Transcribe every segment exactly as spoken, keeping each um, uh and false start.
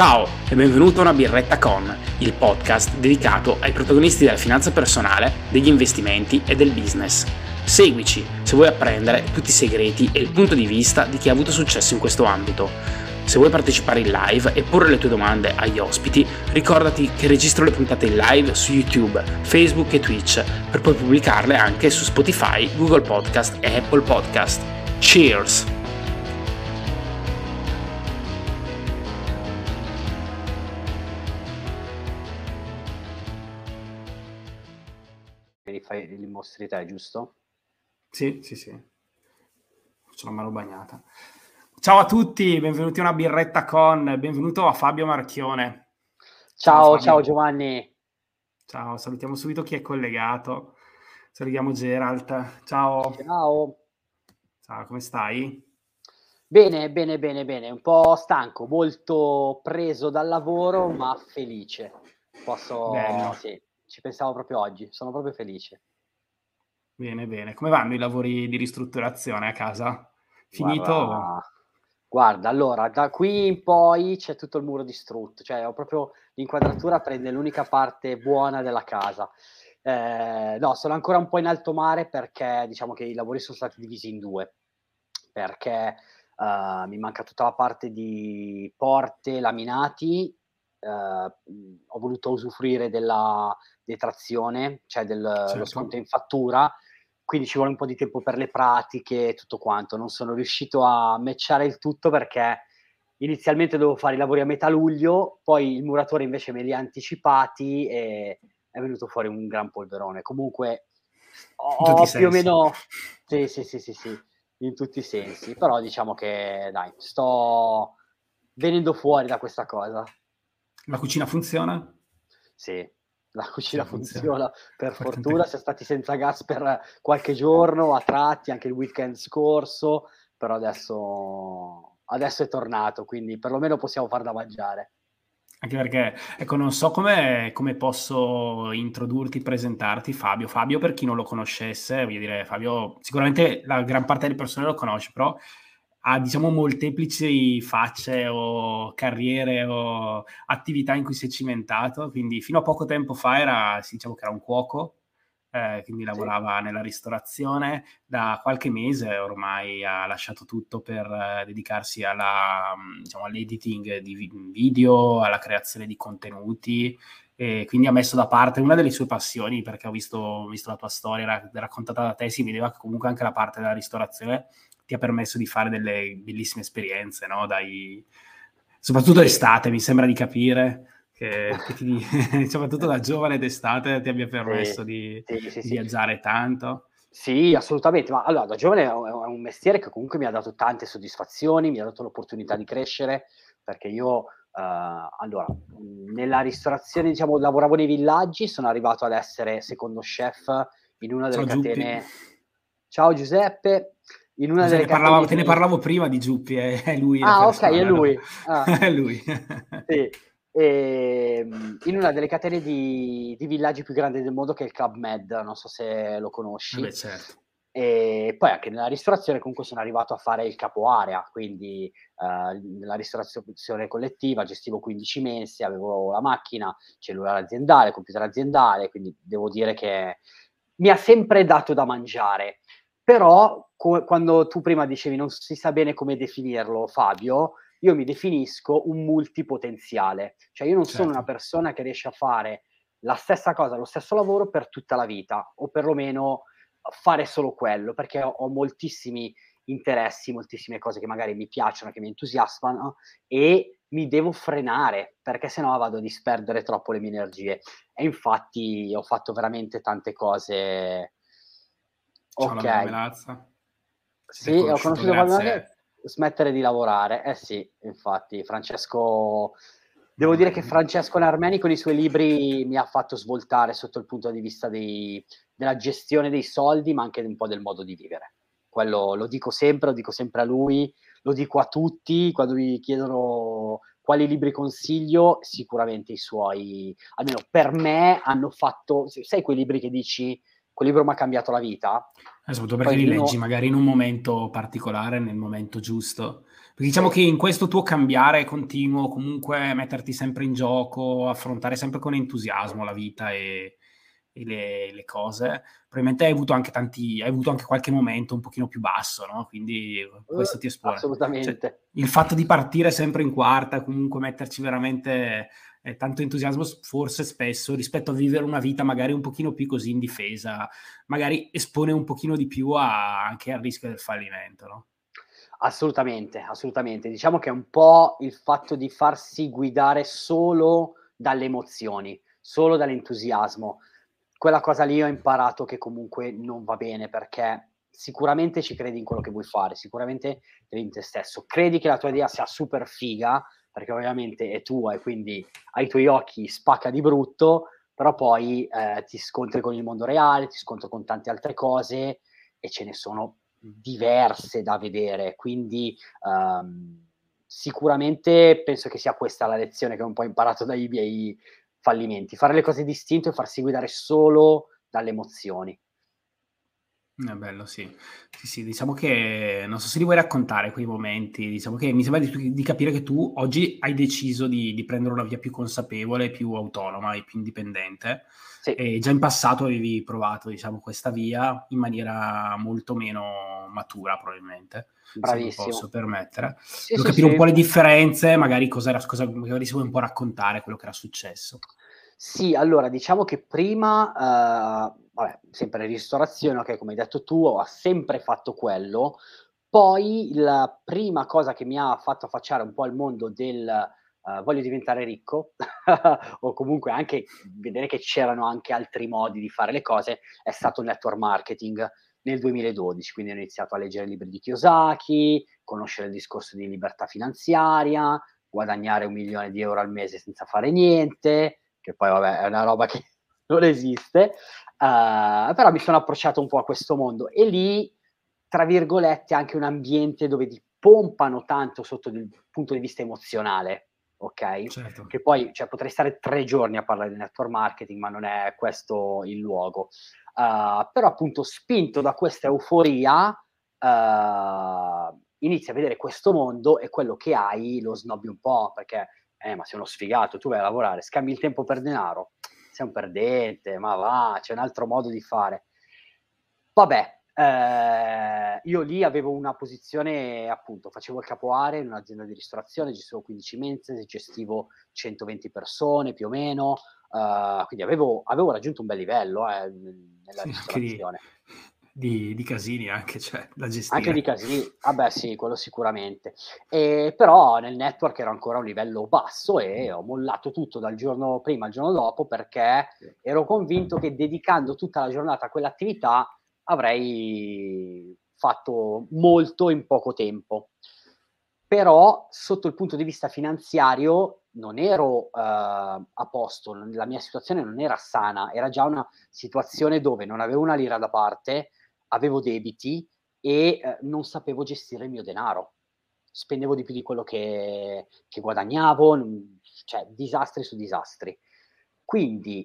Ciao e benvenuto a Una Birretta Con, il podcast dedicato ai protagonisti della finanza personale, degli investimenti e del business. Seguici se vuoi apprendere tutti i segreti e il punto di vista di chi ha avuto successo in questo ambito. Se vuoi partecipare in live e porre le tue domande agli ospiti, ricordati che registro le puntate in live su YouTube, Facebook e Twitch, per poi pubblicarle anche su Spotify, Google Podcast e Apple Podcast. Cheers! Li fai, li mostri te, giusto? Sì, sì, sì. Faccio la mano bagnata. Ciao a tutti, benvenuti a Una Birretta Con, benvenuto a Fabio Marchione. Ciao, ciao, ciao Giovanni. Ciao, salutiamo subito chi è collegato. Salutiamo Geralt. Ciao. Ciao. Ciao, come stai? Bene, bene, bene, bene. Un po' stanco, molto preso dal lavoro, ma felice. Posso... Bello. Sì, ci pensavo proprio oggi, sono proprio felice. Bene, bene. Come vanno i lavori di ristrutturazione a casa? Finito? Guarda, guarda, allora, da qui in poi c'è tutto il muro distrutto, cioè ho proprio l'inquadratura prende l'unica parte buona della casa. Eh, no, sono ancora un po' in alto mare perché diciamo che i lavori sono stati divisi in due, perché uh, mi manca tutta la parte di porte, laminati, uh, ho voluto usufruire della detrazione, cioè dello Certo. sconto in fattura, quindi ci vuole un po' di tempo per le pratiche e tutto quanto. Non sono riuscito a matchare il tutto perché inizialmente dovevo fare i lavori a metà luglio, poi il muratore invece me li ha anticipati e è venuto fuori un gran polverone. Comunque ho più o meno... Sì, sì, sì, sì, sì, in tutti i sensi. Però diciamo che, dai, sto venendo fuori da questa cosa. La cucina funziona? Sì, la cucina Sì, funziona, funziona. per fortuna. Siamo stati senza gas per qualche giorno, a tratti, anche il weekend scorso, però adesso, adesso è tornato, quindi perlomeno possiamo far da mangiare. Anche perché, ecco, non so come, come posso introdurti, presentarti Fabio. Fabio, per chi non lo conoscesse, voglio dire, Fabio, sicuramente la gran parte delle persone lo conosce, però ha, diciamo, molteplici facce o carriere o attività in cui si è cimentato. Quindi fino a poco tempo fa era, diciamo che era un cuoco, eh, quindi lavorava sì. nella ristorazione. Da qualche mese ormai ha lasciato tutto per eh, dedicarsi alla, diciamo, all'editing di video, alla creazione di contenuti, e quindi ha messo da parte una delle sue passioni, perché ho visto, visto la tua storia raccontata da te, si vedeva che comunque anche la parte della ristorazione ti ha permesso di fare delle bellissime esperienze, no? Dai, soprattutto d'estate, mi sembra di capire. Che, che ti, soprattutto da giovane d'estate ti abbia permesso sì, di, sì, sì, di sì. viaggiare tanto. Sì, assolutamente, ma allora da giovane è un mestiere che comunque mi ha dato tante soddisfazioni, mi ha dato l'opportunità di crescere, perché io Uh, allora, nella ristorazione, diciamo, lavoravo nei villaggi, sono arrivato ad essere secondo chef in una delle Ciao, catene. Giuppi. Ciao Giuseppe, in una Scusa, delle ne parlavo, catene te ne di... parlavo prima di Giuppi, è, è lui la Ah, ok, persona. è No? lui. Ah. È lui. Sì. E, in una delle catene di, di villaggi più grandi del mondo, che è il Club Med, non so se lo conosci. Eh beh, certo. E poi anche nella ristorazione comunque sono arrivato a fare il capo area, quindi eh, nella ristorazione collettiva gestivo quindici mense, avevo la macchina, cellulare aziendale, computer aziendale, quindi devo dire che mi ha sempre dato da mangiare. Però co- quando tu prima dicevi non si sa bene come definirlo, Fabio, io mi definisco un multipotenziale, cioè io non certo. sono una persona che riesce a fare la stessa cosa, lo stesso lavoro per tutta la vita, o perlomeno fare solo quello, perché ho, ho moltissimi interessi, moltissime cose che magari mi piacciono, che mi entusiasmano, e mi devo frenare, perché sennò vado a disperdere troppo le mie energie. E infatti ho fatto veramente tante cose. Ciao, Ok. la Melazza. Sì, ho conosciuto grazie. Fabio, smettere di lavorare. Eh sì, infatti, Francesco... Devo dire che Francesco Narmeni con i suoi libri mi ha fatto svoltare sotto il punto di vista dei, della gestione dei soldi, ma anche un po' del modo di vivere. Quello lo dico sempre, lo dico sempre a lui, lo dico a tutti, quando mi chiedono quali libri consiglio, sicuramente i suoi, almeno per me, hanno fatto... Sai quei libri che dici, quel libro mi ha cambiato la vita? Eh, soprattutto perché Poi li uno... leggi magari in un momento particolare, nel momento giusto. Diciamo che in questo tuo cambiare continuo, comunque metterti sempre in gioco, affrontare sempre con entusiasmo la vita e, e le, le cose, probabilmente hai avuto anche tanti, hai avuto anche qualche momento un pochino più basso, no? Quindi questo Uh, ti espone. Cioè, assolutamente. il fatto di partire sempre in quarta, comunque metterci veramente eh, tanto entusiasmo, forse spesso, rispetto a vivere una vita magari un pochino più così in difesa, magari espone un pochino di più a- anche al rischio del fallimento, no? Assolutamente, assolutamente. Diciamo che è un po' il fatto di farsi guidare solo dalle emozioni, solo dall'entusiasmo. Quella cosa lì ho imparato che comunque non va bene, perché sicuramente ci credi in quello che vuoi fare, sicuramente credi in te stesso. Credi che la tua idea sia super figa, perché ovviamente è tua e quindi ai tuoi occhi spacca di brutto, però poi, ehm, ti scontri con il mondo reale, ti scontri con tante altre cose e ce ne sono diverse da vedere. Quindi, uhm, sicuramente penso che sia questa la lezione che ho un po' imparato dai miei fallimenti: fare le cose distinto e farsi guidare solo dalle emozioni. È bello, sì. Sì, sì, diciamo che non so se li vuoi raccontare quei momenti, diciamo che mi sembra di di capire che tu oggi hai deciso di di prendere una via più consapevole, più autonoma e più indipendente, Sì, e già in passato avevi provato, diciamo, questa via in maniera molto meno matura probabilmente, se mi posso bravissimo. permettere. Sì, Devo sì, capire un sì. po' le differenze, magari cos'era cosa magari se vuoi un po' raccontare quello che era successo. Sì, allora diciamo che prima, uhm, vabbè, sempre ristorazione, okay, come hai detto tu, ho sempre fatto quello. Poi la prima cosa che mi ha fatto affacciare un po' al mondo del, uhm, voglio diventare ricco, o comunque anche vedere che c'erano anche altri modi di fare le cose, è stato il network marketing nel duemiladodici. Quindi ho iniziato a leggere libri di Kiyosaki, conoscere il discorso di libertà finanziaria, guadagnare un milione di euro al mese senza fare niente, che poi vabbè è una roba che non esiste, uhm, però mi sono approcciato un po' a questo mondo e lì, tra virgolette, anche un ambiente dove ti pompano tanto sotto il punto di vista emozionale, okay, Certo. che poi cioè potrei stare tre giorni a parlare di network marketing, ma non è questo il luogo. Uhm, però appunto spinto da questa euforia, uhm, inizi a vedere questo mondo e quello che hai lo snobbi un po' perché: "Eh, ma sei uno sfigato, tu vai a lavorare, scambi il tempo per denaro, sei un perdente, ma va, c'è un altro modo di fare". Vabbè, ehm, io lì avevo una posizione appunto, facevo il capoarea in un'azienda di ristorazione, gestivo quindici mense, gestivo centoventi persone più o meno, uhm, quindi avevo avevo raggiunto un bel livello eh, n nella Sì, anche di ristorazione. di di casini anche, cioè, da Anche di gestire. casi ah beh sì, quello sicuramente. Ehm, però nel network ero ancora a un livello basso e ho mollato tutto dal giorno prima al giorno dopo, perché ero convinto che dedicando tutta la giornata a quell'attività avrei fatto molto in poco tempo. Però sotto il punto di vista finanziario non ero, uhm, a posto, non la mia situazione non era sana, era già una situazione dove non avevo una lira da parte, avevo debiti e, ehm, non sapevo gestire il mio denaro. Spendevo di più di quello che che guadagnavo, non cioè disastri su disastri. Quindi,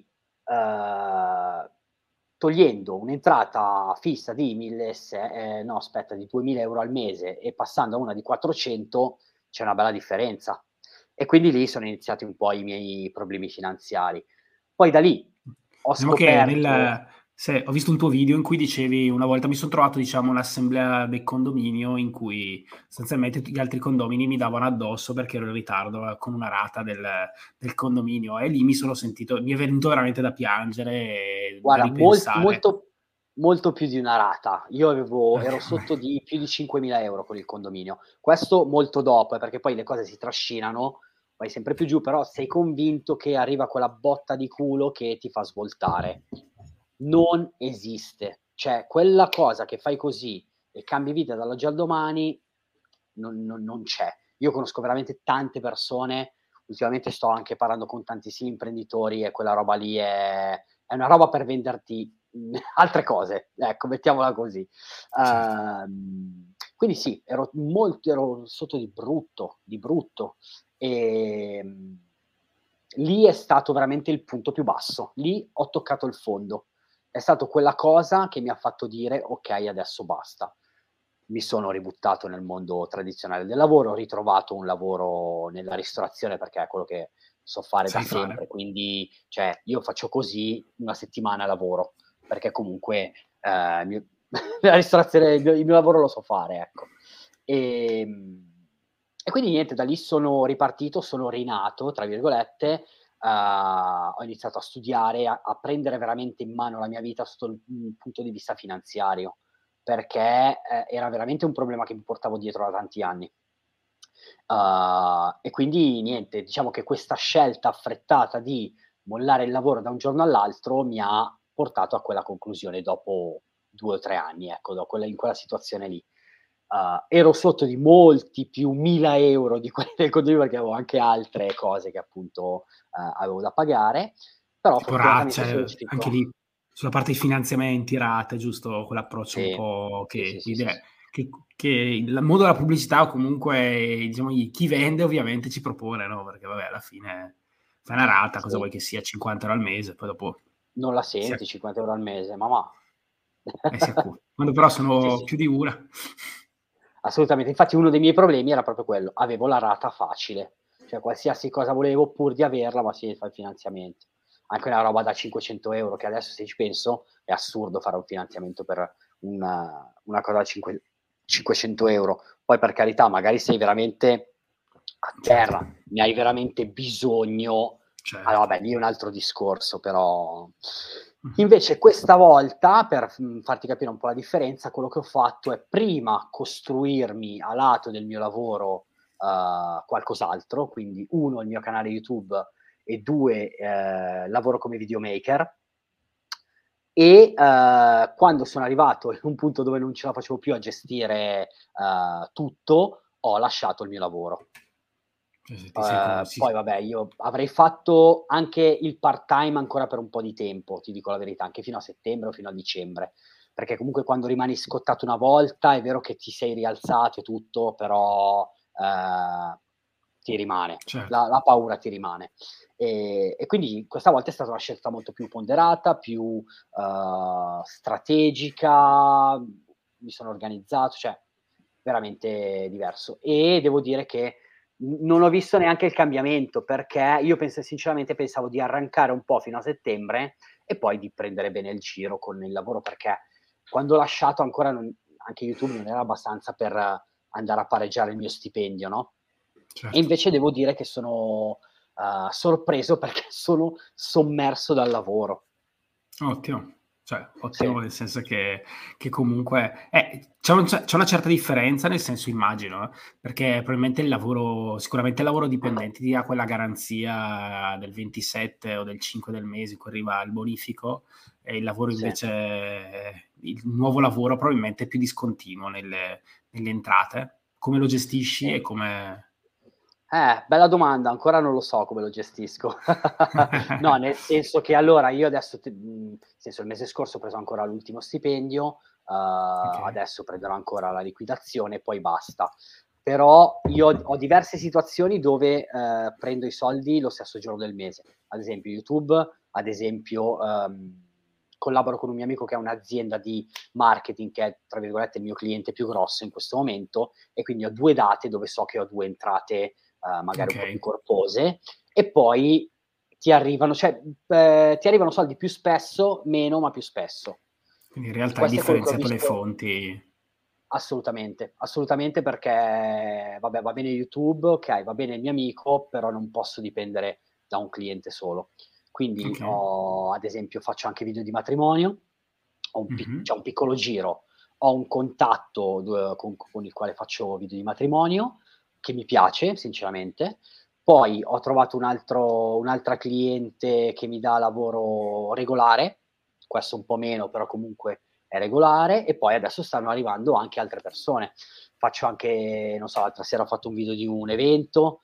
uhm, togliendo un'entrata fissa di mille se ehm, no aspetta, di duemila euro € al mese e passando a una di quattrocento, c'è una bella differenza. E quindi lì sono iniziati un po' i miei problemi finanziari. Poi da lì ho Diciamo che scoperto nel se ho visto un tuo video in cui dicevi una volta mi son trovato, diciamo, un'assemblea del condominio in cui sostanzialmente tutti gli altri condomini mi davano addosso perché ero in ritardo con una rata del del condominio e lì mi sono sentito mi è venuto veramente da piangere e da Guarda, molt ripensare. molto molto più di una rata. Io avevo ero Okay, sotto di più di cinquemila euro € con il condominio. Questo molto dopo, eh, perché poi le cose si trascinano, vai sempre più giù, però sei convinto che arriva quella botta di culo che ti fa svoltare. Non esiste. Cioè, quella cosa che fai così e cambi vita dall'oggi al domani non non non c'è. Io conosco veramente tante persone, ultimamente sto anche parlando con tantissimi imprenditori e quella roba lì è è una roba per venderti, mhmm, altre cose, ecco, mettiamola così. certo. Uhm, quindi sì, ero molto ero sotto di brutto, di brutto. Ehm, lì è stato veramente il punto più basso. Lì ho toccato il fondo. È stato quella cosa che mi ha fatto dire: "Okay, adesso basta". mi sono ributtato nel mondo tradizionale del lavoro, ho ritrovato un lavoro nella ristorazione perché è quello che so fare da Sai sempre, fare. quindi cioè io faccio così una settimana lavoro, perché comunque eh, mi- la ristorazione, il mio, il mio lavoro lo so fare, ecco. E, e quindi niente, da lì sono ripartito, sono rinato, tra virgolette, eh, ho iniziato a studiare, a, a prendere veramente in mano la mia vita sotto il, il punto di vista finanziario perché eh, era veramente un problema che mi portavo dietro da tanti anni. Uh, e quindi niente, diciamo che questa scelta affrettata di mollare il lavoro da un giorno all'altro mi ha portato a quella conclusione dopo due o tre anni, ecco, da quella, in quella situazione lì. Uh, ero sotto di molti più mila euro di quelli del condominio perché avevo anche altre cose che appunto uh, avevo da pagare, però Tipo rate, fortunatamente sono cioè anche riuscito. lì sulla parte di finanziamenti, rate, giusto quell'approccio un Sì, po' sì, sì, che sì, quindi sì, è sì. che che il mondo della pubblicità o comunque diciamo chi vende ovviamente ci propone, no, perché vabbè alla fine fai una rata, cosa Sì. vuoi che sia, cinquanta euro al mese, poi dopo Non la si senti a cinquanta euro € al mese, ma va. eh, si accu quando però Sì, sono sì, più di una. assolutamente. Infatti uno dei miei problemi era proprio quello, avevo la rata facile, cioè qualsiasi cosa volevo pur di averla, ma sì, fai il finanziamento. Anche una roba da cinquecento euro € che adesso se ci penso è assurdo fare un finanziamento per una una cosa da cinque cinquecento euro €. Poi per carità, magari sei veramente a Certo, terra, ne hai veramente bisogno, allora certo. vabbè lì è un altro discorso, però Mh-mh. invece questa volta, per, mhmm, farti capire un po' la differenza, quello che ho fatto è prima costruirmi a lato del mio lavoro, uhm, qualcos'altro, quindi uno il mio canale YouTube e due ehm, lavoro come videomaker e, uhm, quando sono arrivato in un punto dove non ce la facevo più a gestire, uhm, tutto, ho lasciato il mio lavoro. Sì, sì, ti sei co Uhm, sì, poi vabbè, io avrei fatto anche il part-time ancora per un po' di tempo, ti dico la verità, anche fino a settembre o fino a dicembre, perché comunque quando rimani scottato una volta è vero che ti sei rialzato e tutto, però, ehm, ti rimane, certo. la la paura ti rimane. Ehm, e quindi questa volta è stata una scelta molto più ponderata, più, uhm, strategica, mi sono organizzato, cioè veramente diverso. E devo dire che N non ho visto neanche il cambiamento, perché io pens sinceramente pensavo di arrancare un po' fino a settembre e poi di prendere bene il giro con il lavoro, perché quando ho lasciato ancora non anche YouTube non era abbastanza per andare a pareggiare il mio stipendio, no, e Certo. invece devo dire che sono, uhm, sorpreso perché sono sommerso dal lavoro. Ottimo, cioè Sì, ottimo nel senso che che comunque eh, c'è un c'è c'è una certa differenza, nel senso immagino, eh, perché probabilmente il lavoro sicuramente il lavoro dipendente ti dà quella garanzia del ventisette o del cinque del mese in cui arriva il bonifico e il lavoro sì. invece il nuovo lavoro probabilmente è più discontinuo nelle nelle entrate. Come lo gestisci Sì. e come Eh, bella domanda, ancora non lo so come lo gestisco. No, nel senso che allora io adesso t mhmm, nel senso il mese scorso ho preso ancora l'ultimo stipendio, uhm, Okay, adesso prenderò ancora la liquidazione e poi basta. Però io ho ho diverse situazioni dove, ehm, prendo i soldi lo stesso giorno del mese. Ad esempio YouTube, ad esempio, uhm, collaboro con un mio amico che ha un'azienda di marketing che è, tra virgolette, "il mio cliente più grosso" in questo momento, e quindi ho due date dove so che ho due entrate uhm, magari un po' più okay. corpose, e poi ti arrivano cioè, ehm, ti arrivano soldi più spesso, meno, ma più spesso. Quindi in realtà hai Questo è quello che ho differenziato le visto. fonti. Assolutamente, assolutamente perché vabbè, va bene YouTube, okay, va bene il mio amico, però non posso dipendere da un cliente solo. Quindi Okay. ho ad esempio faccio anche video di matrimonio, ho un pic Mh-mh. c'è un piccolo giro, ho un contatto d con con il quale faccio video di matrimonio, che mi piace sinceramente. Poi ho trovato un altro un'altra cliente che mi dà lavoro regolare, questo un po' meno, però comunque è regolare, e poi adesso stanno arrivando anche altre persone. Faccio anche, non so, l'altra sera ho fatto un video di un evento,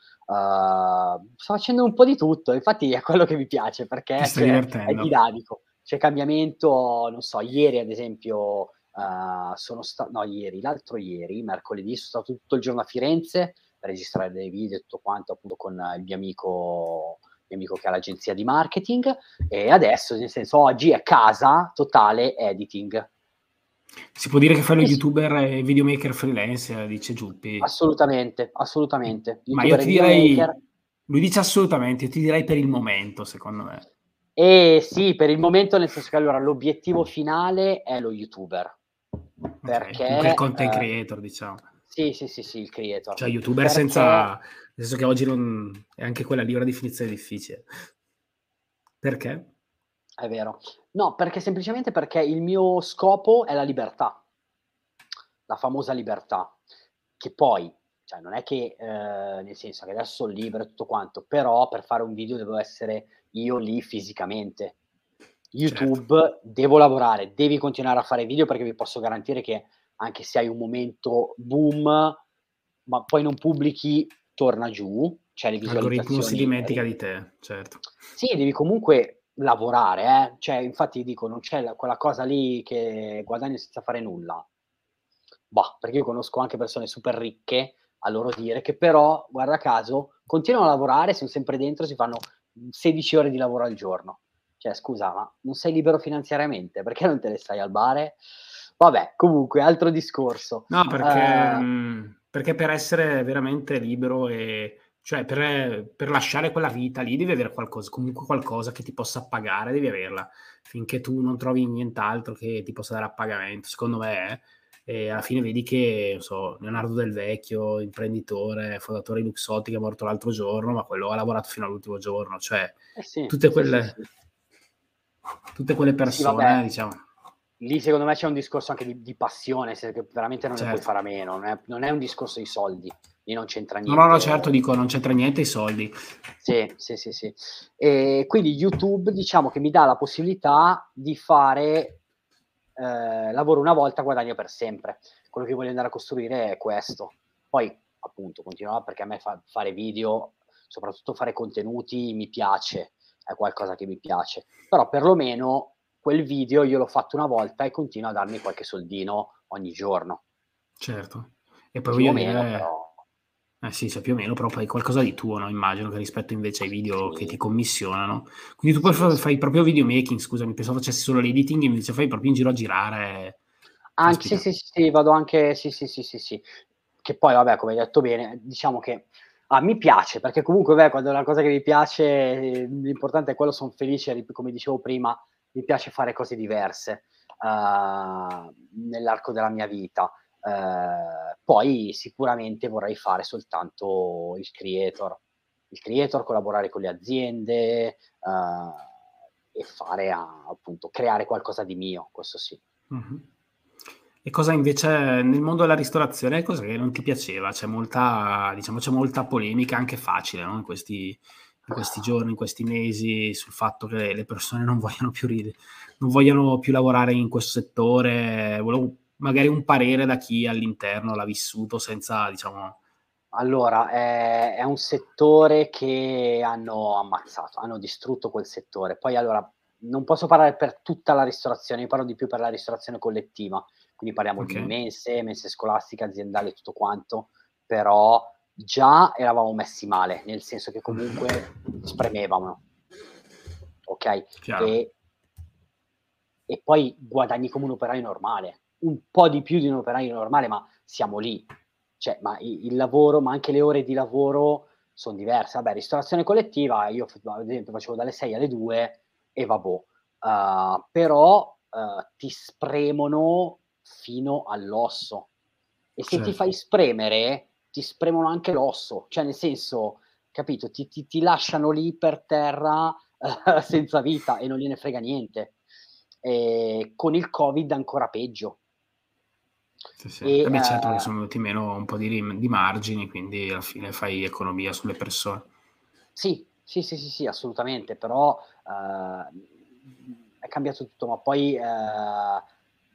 uhm, sto facendo un po' di tutto, infatti è quello che mi piace Ti perché stai c'è è divertendo. dinamico, c'è cambiamento, non so, ieri ad esempio, uhm, sono sta no ieri, l'altro ieri, mercoledì, sono stato tutto il giorno a Firenze per registrare dei video e tutto quanto, appunto con il mio amico mio amico che ha l'agenzia di marketing, e adesso, nel senso, oggi è casa totale editing. Si può dire che fai lo Sì, sì. youtuber e videomaker freelance, dice Giuppi. Assolutamente, assolutamente. Ma io Youtuber e ti videomaker. direi lui dice assolutamente, io ti direi per il momento, secondo me. Eh sì, per il momento, nel senso che allora l'obiettivo finale è lo youtuber, Okay, comunque il perché content ehm, creator diciamo. sì, sì, sì, sì, il creator, Cioè youtuber perché senza nel senso che oggi non è anche quella lì una definizione difficile. Perché? è vero. No, perché semplicemente perché il mio scopo è la libertà. La famosa libertà, che poi, cioè non è che, ehm, nel senso che adesso son libero e tutto quanto, però per fare un video devo essere io lì fisicamente. Certo, YouTube devo lavorare, devi continuare a fare video perché vi posso garantire che anche se hai un momento boom, ma poi non pubblichi, torna giù, cioè le l'algoritmo si visualizzazioni dimentica ri di te, certo. sì, devi comunque lavorare, eh. Cioè, infatti dico, non c'è la quella cosa lì che guadagni senza fare nulla. Bah, perché io conosco anche persone super ricche, a loro dire, che però, guarda caso, continuano a lavorare, son sempre dentro, si fanno, mhmm, sedici ore di lavoro al giorno. Cioè scusa, ma non sei libero finanziariamente? Perché non te ne stai al bar? Vabbè, comunque altro discorso. No, perché Uhm, mhmm, perché per essere veramente libero e cioè per per lasciare quella vita lì devi avere qualcosa comunque qualcosa che ti possa appagare, devi averla. Finché tu non trovi nient'altro che ti possa dare appagamento, secondo me eh, e alla fine vedi che, non so, Leonardo Del Vecchio, imprenditore, fondatore di Luxottica, è morto l'altro giorno, ma quello ha lavorato fino all'ultimo giorno. Cioè, eh sì, tutte sì, sì, quelle sì. tutte quelle Sì, vabbè, persone, diciamo lì secondo me c'è un discorso anche di di passione, nel senso che veramente non ne puoi certo. fare a meno, non è non è un discorso di soldi, lì non c'entra No, no, no, certo, niente. dico, non c'entra niente i soldi. Sì, sì, sì, sì. E quindi YouTube diciamo che mi dà la possibilità di fare, ehm, lavoro una volta, guadagno per sempre. Quello che voglio andare a costruire è questo. Poi appunto continuerò perché a me fa fare video, soprattutto fare contenuti mi piace, è qualcosa che mi piace. Però perlomeno quel video io l'ho fatto una volta e continua a darmi qualche soldino ogni giorno. Certo. E poi Più voglio o meno dire però eh sì, cioè più o meno, però fai qualcosa di tuo, no, immagino, che rispetto invece ai video che ti sì, commissionano. Quindi tu poi sì, fa sì. fai proprio videomaking, scusami, pensavo facessi solo l'editing, invece fai proprio in giro a girare. Anc sì, Caspita. sì, sì, sì, vado anche sì, sì, sì, sì, sì. Che poi vabbè, come hai detto bene, diciamo che a mi piace, perché comunque beh, quando è una cosa che mi piace, ehm, l'importante è quello, son felice, rip come dicevo prima, mi piace fare cose diverse, uhm, nell'arco della mia vita. Ehm, poi sicuramente vorrei fare soltanto il creator. Il creator, collaborare con le aziende, uhm, e fare a appunto, creare qualcosa di mio, questo sì. Mh-mh. E cosa invece nel mondo della ristorazione, cos'è che non ti piaceva? C'è molta diciamo, c'è molta polemica anche facile, no, in questi in questi giorni, in questi mesi, sul fatto che le persone non vogliano più ri non vogliano più lavorare in questo settore. Volevo magari un parere da chi all'interno l'ha vissuto senza diciamo Allora, è è un settore che hanno ammazzato, hanno distrutto quel settore. Poi allora, non posso parlare per tutta la ristorazione, io parlo di più per la ristorazione collettiva, quindi parliamo di okay, mense, mense scolastiche, aziendali e tutto quanto, però già eravamo messi male, nel senso che comunque spremevano, okay, chiaro. e e poi guadagni come un operaio normale, un po' di più di un operaio normale, ma siamo lì. Cioè, ma i il lavoro, ma anche le ore di lavoro son diverse. Vabbè, ristorazione collettiva io f ad esempio facevo dalle sei alle due e vabbò. Uhm, però, uhm, ti spremono fino all'osso. E se ti Certo, fai spremere, ti spremono anche l'osso. Cioè nel senso, capito, ti ti ti lasciano lì per terra senza vita e non gliene frega niente. Ehm, con il Covid ancora peggio. sì, sì. E, Eh beh certo, perché ehm sono venuti meno un po' di rim di margini, quindi alla fine fai economia sulle persone. sì, sì, sì, sì, sì, assolutamente, però, ehm, mhmm, è cambiato tutto, ma poi, ehm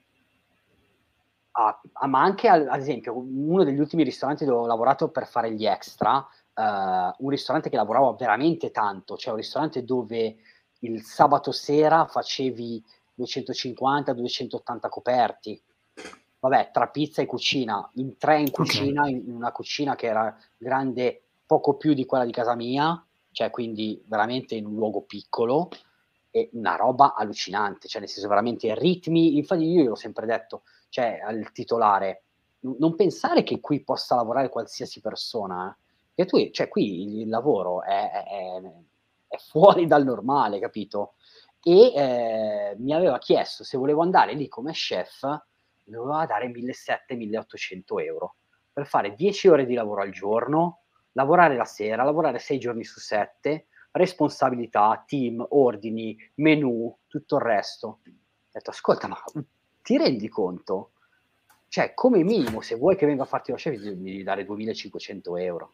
Ah, ah, ma anche al ad esempio, uno degli ultimi ristoranti dove ho lavorato per fare gli extra, ehm, un ristorante che lavorava veramente tanto, cioè un ristorante dove il sabato sera facevi duecentocinquanta, duecentottanta coperti. Vabbè, tra pizza e cucina, in tre in Okay, cucina, in in una cucina che era grande poco più di quella di casa mia, cioè quindi veramente in un luogo piccolo, e una roba allucinante, cioè nel senso veramente ritmi infatti io gliel'ho sempre detto, cioè al titolare, n non pensare che qui possa lavorare qualsiasi persona, eh. E tu cioè qui il lavoro è è è è fuori dal normale, capito? E, ehm, mi aveva chiesto se volevo andare lì come chef, mi doveva dare millesettecento, milleottocento euro per fare dieci ore di lavoro al giorno, lavorare la sera, lavorare sei giorni su sette, responsabilità, team, ordini, menù, tutto il resto. Ho detto: "Ascolta, ma ti rendi conto? Cioè, come minimo, se vuoi che venga a farti lo chef, mi devi dare duemilacinquecento euro".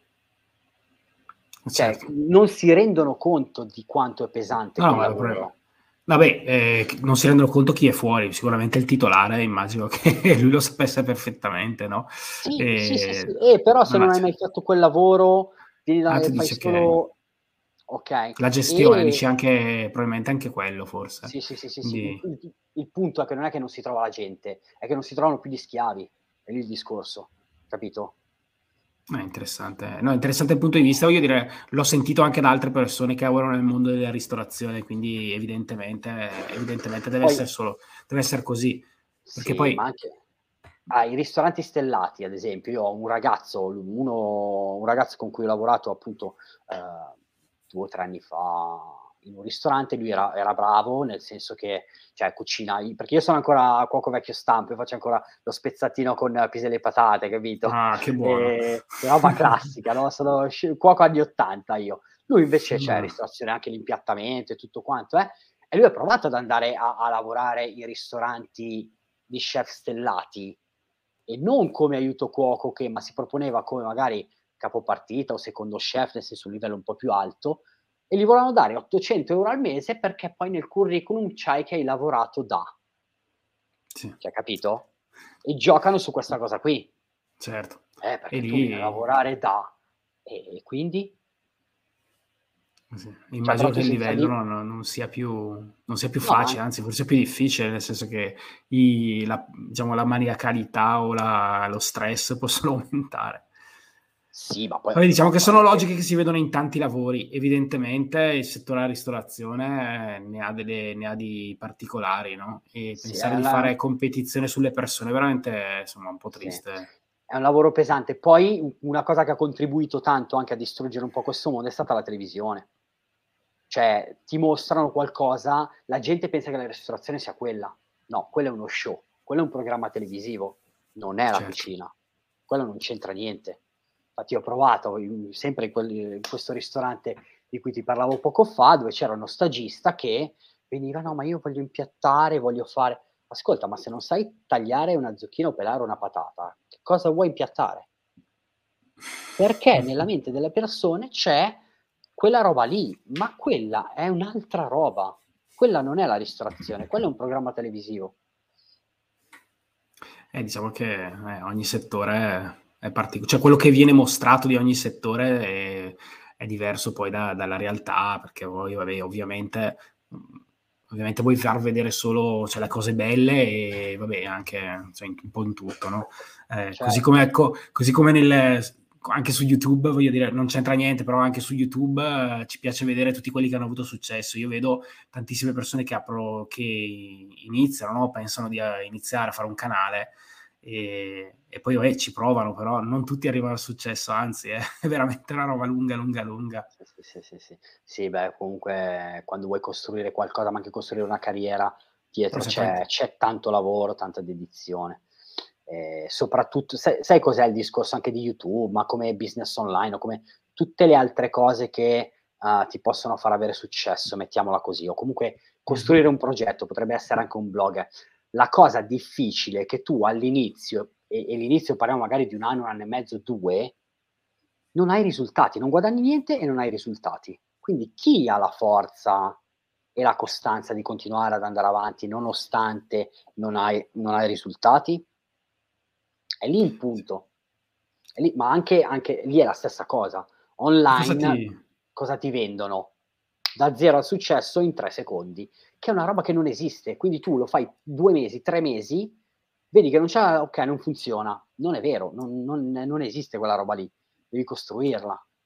Cioè, Certo. non si rendono conto di quanto è pesante No, quel ma pre lavoro. vabbè, ehm, c non si rendono conto chi è fuori, sicuramente il titolare immagino che lui lo sapesse perfettamente, no, Sì, sì, sì, sì. ehm, Eh, però se non ha non hai mai sen fatto quel lavoro, vieni da Ah, e tu fai dici che solo okay. la gestione, E dici anche probabilmente anche quello forse. sì, sì, sì, sì, sì. Il Quindi il il punto è che non è che non si trova la gente, è che non si trovano più gli schiavi. È lì il discorso, capito? è interessante. No, interessante il punto di vista. Voglio dire, l'ho sentito anche da altre persone che lavorano nel mondo della ristorazione, quindi evidentemente evidentemente deve Poi esser solo deve esser così. Perché sì, ma poi anche ah, i ristoranti stellati, ad esempio, io ho un ragazzo, l uno un ragazzo con cui ho lavorato appunto, ehm, due o tre anni fa in un ristorante, lui era era bravo, nel senso che, cioè cucina i perché io sono ancora cuoco vecchio stampo, io faccio ancora lo spezzatino con piselli e patate, capito? ah, che buono. Ehm, roba classica, no, sono sci cuoco anni 'ottanta io. Lui invece, cioè Mh. ristorazione, anche l'impiattamento e tutto quanto, eh, e lui ha provato ad andare a a lavorare in ristoranti di chef stellati, e non come aiuto cuoco che ma si proponeva come magari capo partita o secondo chef, nel senso un livello un po' più alto, e gli volevano dare ottocento euro al mese perché poi nel curriculum c'hai che hai lavorato da. Sì, Cioè, capito? E giocano su questa cosa qui. certo. Eh, E perché tu vieni a lì lavorare da e e quindi? sì, Cioè, però immagino che tu il senza livello di non non sia più non sia più no, ma an facile, anzi forse è più difficile, nel senso che i la diciamo la maniacalità o la lo stress possono aumentare. sì, ma poi Vabbè, diciamo ma che poi sono anche logiche che si vedono in tanti lavori. Evidentemente il settore della ristorazione ne ha delle ne ha di particolari, no, e sì, pensare è di la fare competizione sulle persone è veramente, insomma, un po' sì. triste. È un lavoro pesante. Poi u una cosa che ha contribuito tanto anche a distruggere un po' questo mondo è stata la televisione. Cioè, ti mostrano qualcosa, la gente pensa che la ristorazione sia quella. No, quello è uno show, quello è un programma televisivo, non è la Certo. cucina. Quello non c'entra niente. Infatti ho provato in sempre in quel in questo ristorante di cui ti parlavo poco fa, dove c'era uno stagista che veniva: "No, ma io voglio impiattare, voglio fare". Ascolta, ma se non sai tagliare una zucchina o pelare una patata, che cosa vuoi impiattare? Perché nella Mh-mh. mente delle persone c'è quella roba lì, ma quella è un'altra roba. Quella non è la ristorazione, quello è un programma televisivo. Eh, diciamo che, eh, ogni settore è partico cioè quello che viene mostrato di ogni settore è è diverso poi da dalla realtà, perché poi vabbè ovviamente mhmm, ovviamente vuoi far vedere solo cioè le cose belle e vabbè anche cioè in un po' in tutto, no, ehm, così come Certo, ecco, così come nel s anche su YouTube, voglio dire, non c'entra niente, però anche su YouTube eh, ci piace vedere tutti quelli che hanno avuto successo. Io vedo tantissime persone che apro che iniziano, no, pensano di a iniziare a fare un canale, ehm, e poi vabbè ci provano, però non tutti arrivano al successo, anzi è è veramente una roba lunga, lunga, lunga. sì, sì, sì, sì, sì. Sì, beh, comunque quando vuoi costruire qualcosa, ma anche costruire una carriera, dietro c'è Esattamente. c'è tanto lavoro, tanta dedizione. Ehm, soprattutto sai sai cos'è il discorso anche di YouTube, ma come business online o come tutte le altre cose che, uhm, ti possono far avere successo, mettiamola così, o comunque Mh-mh. costruire un progetto, potrebbe essere anche un blog. La cosa difficile è che tu all'inizio, e e l'inizio parliamo magari di un anno, un anno e mezzo, due, non hai risultati, non guadagni niente e non hai risultati. Quindi chi ha la forza e la costanza di continuare ad andare avanti nonostante non hai non hai risultati? È lì il Sì. punto. È lì, ma anche anche lì è la stessa cosa. E cosa ti Online cosa ti vendono? Da zero al successo in tre secondi, che è una roba che non esiste. Quindi tu lo fai due mesi, tre mesi, vedi che non c'ha okay, non funziona. Non è vero, non non non esiste quella roba lì. Devi costruirla.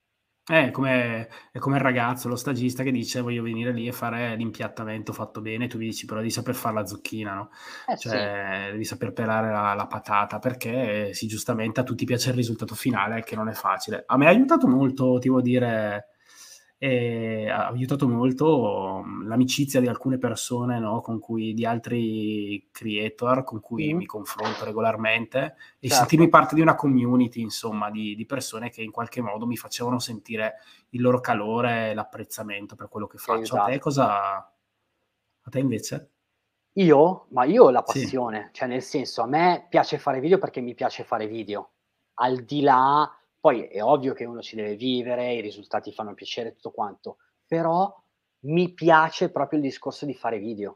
Eh, è come è come il ragazzo, lo stagista che dice: "Voglio venire lì e fare l'impiattamento fatto bene", tu gli dici: "Però devi saper far la zucchina", no, Eh sì. cioè devi saper pelare la la patata, perché sì, giustamente a tutti piace il risultato finale, che non è facile. A me ha aiutato molto, ti devo dire, ehm, ha aiutato molto, mhmm, l'amicizia di alcune persone, no, con cui di altri creator con cui Mh-mh. mi confronto regolarmente, e sentirmi Certo. parte di una community, insomma, di di persone che in qualche modo mi facevano sentire il loro calore e l'apprezzamento per quello che Ti ha faccio. A te aiutato. cosa a te invece? Io? Ma io ho la Sì. passione, cioè nel senso a me piace fare video perché mi piace fare video. Al di là poi è ovvio che uno ci deve vivere, i risultati fanno piacere e tutto quanto, però mi piace proprio il discorso di fare video.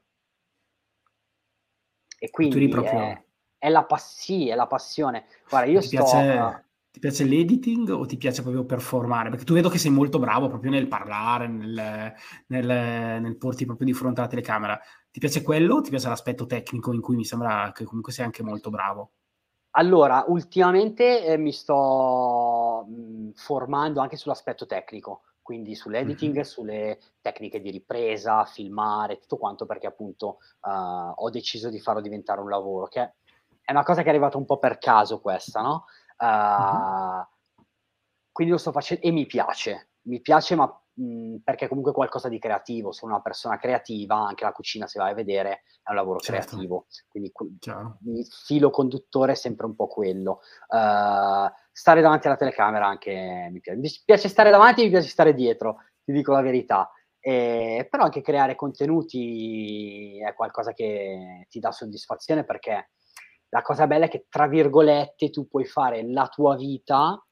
E Tu eri quindi è proprio è la pas sì, è la passione. Guarda ma io ti sto, uhm piace ti piace l'editing o ti piace proprio performare? Perché tu vedo che sei molto bravo proprio nel parlare, nel nel nel porti proprio di fronte alla telecamera. Ti piace quello o ti piace l'aspetto tecnico in cui mi sembra che comunque sei anche molto bravo? Allora, ultimamente, ehm, mi sto, mhmm, formando anche sull'aspetto tecnico, quindi Mh-mh. sull'editing, sulle tecniche di ripresa, filmare, tutto quanto, perché appunto, uhm, ho deciso di farlo diventare un lavoro, che è una cosa che è arrivata un po' per caso questa, no, Mh-mh. uhm quindi lo sto face e mi piace. Mi piace ma, mhmm, perché comunque è qualcosa di creativo. Sono una persona creativa, anche la cucina se vai a vedere è un lavoro Certo, creativo, quindi qu chiaro. il filo conduttore è sempre un po' quello. Uhm, stare davanti alla telecamera anche mi pia mi s piace stare davanti e mi piace stare dietro, ti dico la verità. Ehm, però anche creare contenuti è qualcosa che ti dà soddisfazione, perché la cosa bella è che, tra virgolette, tu puoi fare la tua vita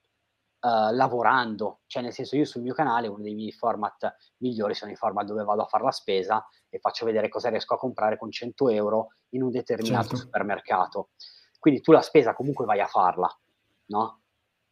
uhm, lavorando. Cioè nel senso, io sul mio canale uno dei miei format migliori sono i format dove vado a far la spesa e faccio vedere cosa riesco a comprare con cento euro in un determinato Certo. supermercato. Quindi tu la spesa comunque vai a farla, no,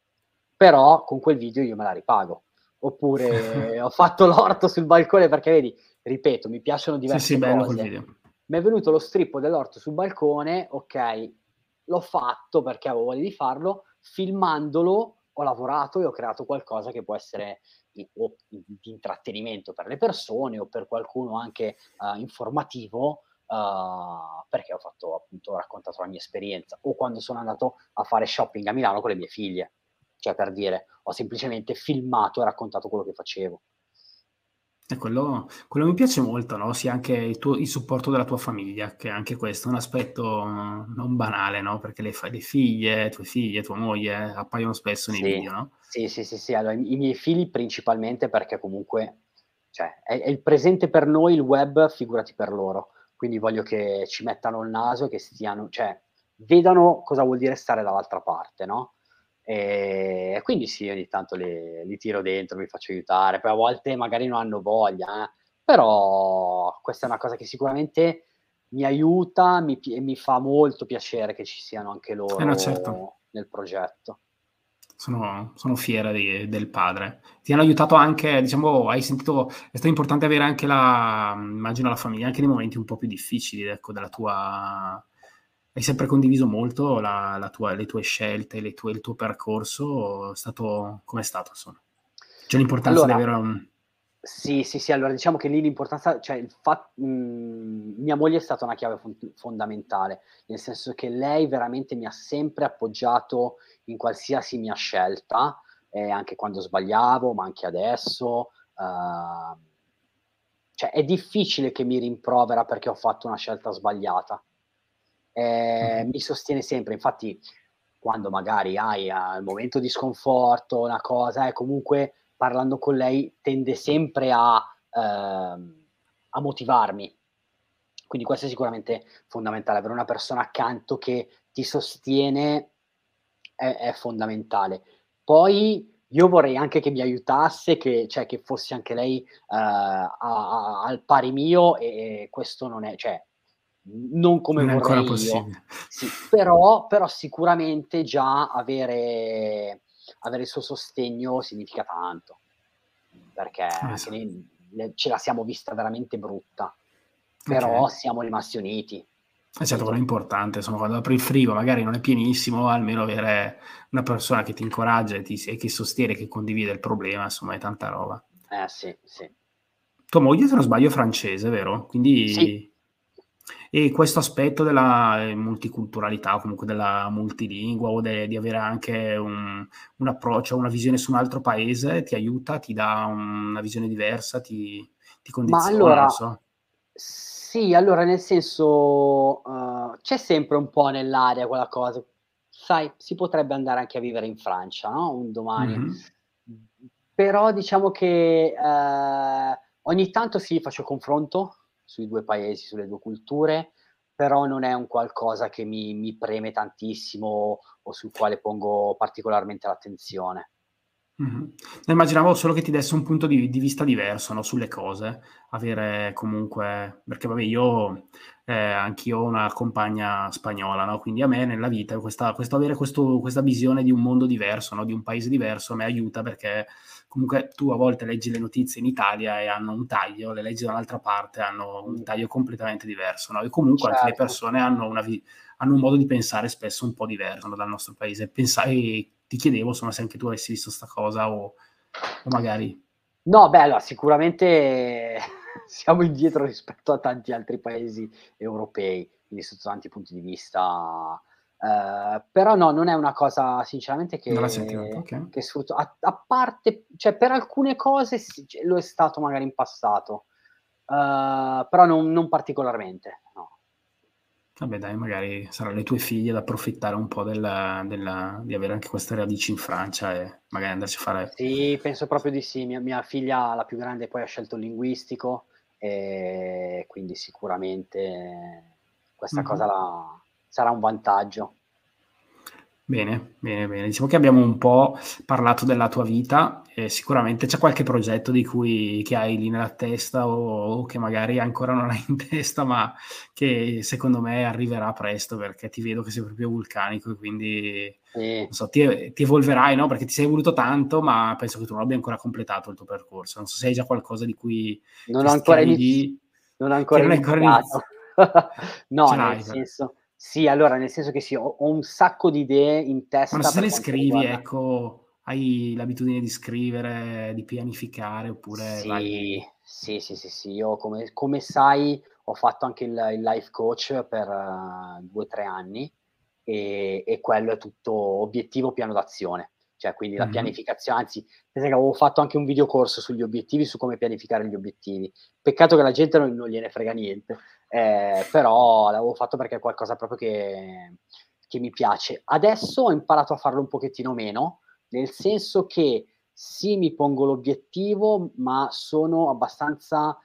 però con quel video io me la ripago. Oppure ho fatto l'orto sul balcone perché vedi, ripeto, mi piacciono Sì, sì, diverse bello quel cose. video. M'è venuto lo strippo dell'orto sul balcone, okay, l'ho fatto perché avevo voglia di farlo, filmandolo ho lavorato e ho creato qualcosa che può essere i o di di intrattenimento per le persone o per qualcuno anche, uhm, informativo, uhm, perché ho fatto appunto ho raccontato la mia esperienza. O quando sono andato a fare shopping a Milano con le mie figlie, cioè per dire, ho semplicemente filmato e raccontato quello che facevo. E quello quello mi piace molto, no, sia anche il tuo il supporto della tua famiglia, che anche questo è un aspetto non banale, no, perché le fa le figlie, tue figlie, tua moglie appaiono spesso nei Sì, video, no? sì, sì, sì, sì. Allora i i miei figli principalmente perché comunque, cioè è è il presente per noi il web, figurati per loro. Quindi voglio che ci mettano il naso e che stiano cioè vedano cosa vuol dire stare dall'altra parte, no, ehm, e quindi sì, ogni tanto li li tiro dentro, mi faccio aiutare, poi a volte magari non hanno voglia eh, però questa è una cosa che sicuramente mi aiuta, mi pi e mi fa molto piacere che ci siano anche Eh no, certo. loro nel progetto. Sono sono fiera di del padre. Ti hanno aiutato anche diciamo, hai sentito è stato importante avere anche la immagino la famiglia, anche nei momenti un po' più difficili, ecco, della tua hai sempre condiviso molto la la tua le tue scelte, le tue il tuo percorso? È stato com'è stato insomma? C'è l'importanza di Allora avere un sì, sì, sì, allora diciamo che lì l'importanza cioè il fa mhmm, mia moglie è stata una chiave font fondamentale, nel senso che lei veramente mi ha sempre appoggiato in qualsiasi mia scelta, ehm, anche quando sbagliavo, ma anche adesso. Uhm, cioè è difficile che mi rimprovera perché ho fatto una scelta sbagliata. Mh-mh. Ehm, mi sostiene sempre, infatti quando magari hai al momento di sconforto, una cosa, eh, comunque parlando con lei tende sempre a ehm, a motivarmi. Quindi questo è sicuramente fondamentale, avere una persona accanto che ti sostiene è è fondamentale. Poi io vorrei anche che mi aiutasse, che cioè che fosse anche lei, uhm, a a al pari mio, e e questo non è cioè, n non come Non è ancora vorrei io, possibile. sì, però però sicuramente già avere avere il suo sostegno significa tanto, perché Eh, anche so lei le ce la siamo vista veramente brutta, però okay. siamo rimasti uniti. Eh certo, quello è importante, insomma, quando apri il frigo magari non è pienissimo, almeno avere una persona che ti incoraggia e, ti, e che sostiene, che condivide il problema, insomma, è tanta roba. Eh sì, sì. Tua moglie, se non sbaglio, è francese, vero? Sì. Quindi... E questo aspetto della eh, multiculturalità, o comunque della multilingua, o de- di avere anche un, un approccio, una visione su un altro paese, ti aiuta, ti dà un- una visione diversa, ti, ti Ma condiziona, non allora, so. sì, allora nel senso, uhm, c'è sempre un po' nell'aria quella cosa. Sai, si potrebbe andare anche a vivere in Francia, no, un domani. Mhm. Mhmm, Però diciamo che, ehm, ogni tanto sì, faccio confronto sui due paesi, sulle due culture, però non è un qualcosa che mi mi preme tantissimo o sul quale pongo particolarmente l'attenzione. Mh-mh. No, immaginavo solo che ti desse un punto di di vista diverso, no, sulle cose. Avere comunque perché vabbè io ehm, anch'io ho una compagna spagnola, no, quindi a me nella vita questa questo avere questo questa visione di un mondo diverso, no, di un paese diverso, a me aiuta perché comunque tu a volte leggi le notizie in Italia e hanno un taglio, le leggi da un'altra parte, hanno un Mh, taglio completamente diverso, no, e comunque anche le certo. persone hanno una vi hanno un modo di pensare spesso un po' diverso, no, dal nostro paese. Pensa e ti chiedevo, insomma, se anche tu avessi visto 'sta cosa o o magari No, beh, allora sicuramente siamo indietro rispetto a tanti altri paesi europei, quindi sotto tanti punti di vista, ehm, però no, non è una cosa sinceramente non l'hai sentito, che okay. che sfrutto, a a parte, cioè per alcune cose sì, c lo è stato magari in passato, uhm, però non non particolarmente, no. Vabbè dai, magari saran le tue figlie da approfittare un po' del del di avere anche queste radici in Francia e magari andarci a fare Sì, penso proprio di sì. Mia mia figlia, la più grande, poi ha scelto il linguistico, ehm, quindi sicuramente questa mh-mh. cosa la sarà un vantaggio. Bene, bene, bene. Diciamo che abbiamo un po' parlato della tua vita e sicuramente c'è qualche progetto di cui che hai lì nella testa o o che magari ancora non hai in testa, ma che secondo me arriverà presto perché ti vedo che sei proprio vulcanico e quindi, Sì, non so, ti e ti evolverai, no, perché ti sei evoluto tanto, ma penso che tu non abbia ancora completato il tuo percorso. Non so se hai già qualcosa di cui non che ho s che ancora hai iniz lì, non ho che ancora non hai ancora iniziato. iniz No, ce nel l'hai però. senso, sì, allora nel senso che sì, ho ho un sacco di idee in Ma non so testa se per le quanto scrivi, riguarda. ecco, hai l'abitudine di scrivere, di pianificare oppure Sì, vai sì, sì, sì, sì. Io come come sai ho fatto anche il il life coach per due, tre anni, e e quello è tutto obiettivo, piano d'azione. Cioè, quindi la mh-mh, pianificazio anzi, pensa che avevo fatto anche un videocorso sugli obiettivi, su come pianificare gli obiettivi. Peccato che la gente non non gliene frega niente, ehm, però l'avevo fatto perché è qualcosa proprio che che mi piace. Adesso ho imparato a farlo un pochettino meno, nel senso che sì, mi pongo l'obiettivo, ma sono abbastanza,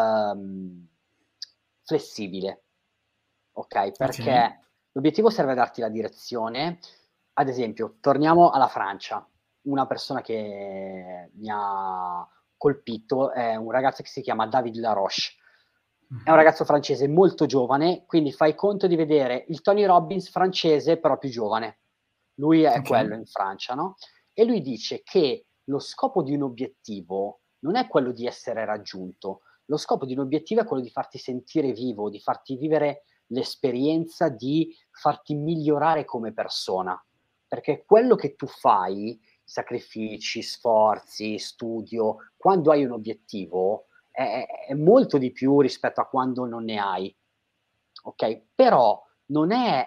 uhm, flessibile, okay, okay, perché l'obiettivo serve a darti la direzione. Ad esempio, torniamo alla Francia. Una persona che mi ha colpito è un ragazzo che si chiama David Laroche. È un mh-mh, ragazzo francese molto giovane, quindi fai conto di vedere il Tony Robbins francese, però più giovane. Lui è okay, quello in Francia, no, e lui dice che lo scopo di un obiettivo non è quello di essere raggiunto, lo scopo di un obiettivo è quello di farti sentire vivo, di farti vivere l'esperienza di farti migliorare come persona. Perché quello che tu fai, sacrifici, sforzi, studio, quando hai un obiettivo è è è molto di più rispetto a quando non ne hai, okay, però non è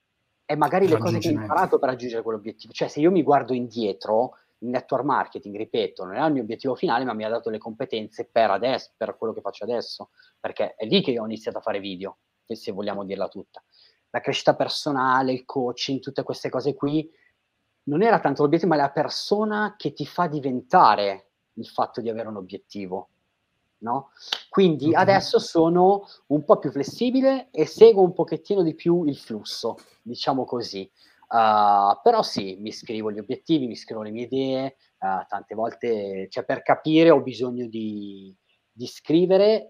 è magari il le cose che hai raggiungimento. imparato per raggiungere quell'obiettivo. Cioè, se io mi guardo indietro, il network marketing, ripeto, non era il mio obiettivo finale, ma mi ha dato le competenze per ades per quello che faccio adesso, perché è lì che io ho iniziato a fare video, e se vogliamo dirla tutta. La crescita personale, il coaching, tutte queste cose qui, non era tanto l'obiettivo, ma è la persona che ti fa diventare il fatto di avere un obiettivo, no, quindi Okay. adesso sono un po' più flessibile e seguo un pochettino di più il flusso, diciamo così. Uhm, però sì, mi scrivo gli obiettivi, mi scrivo le mie idee, uhm, tante volte, cioè, per capire ho bisogno di di scrivere,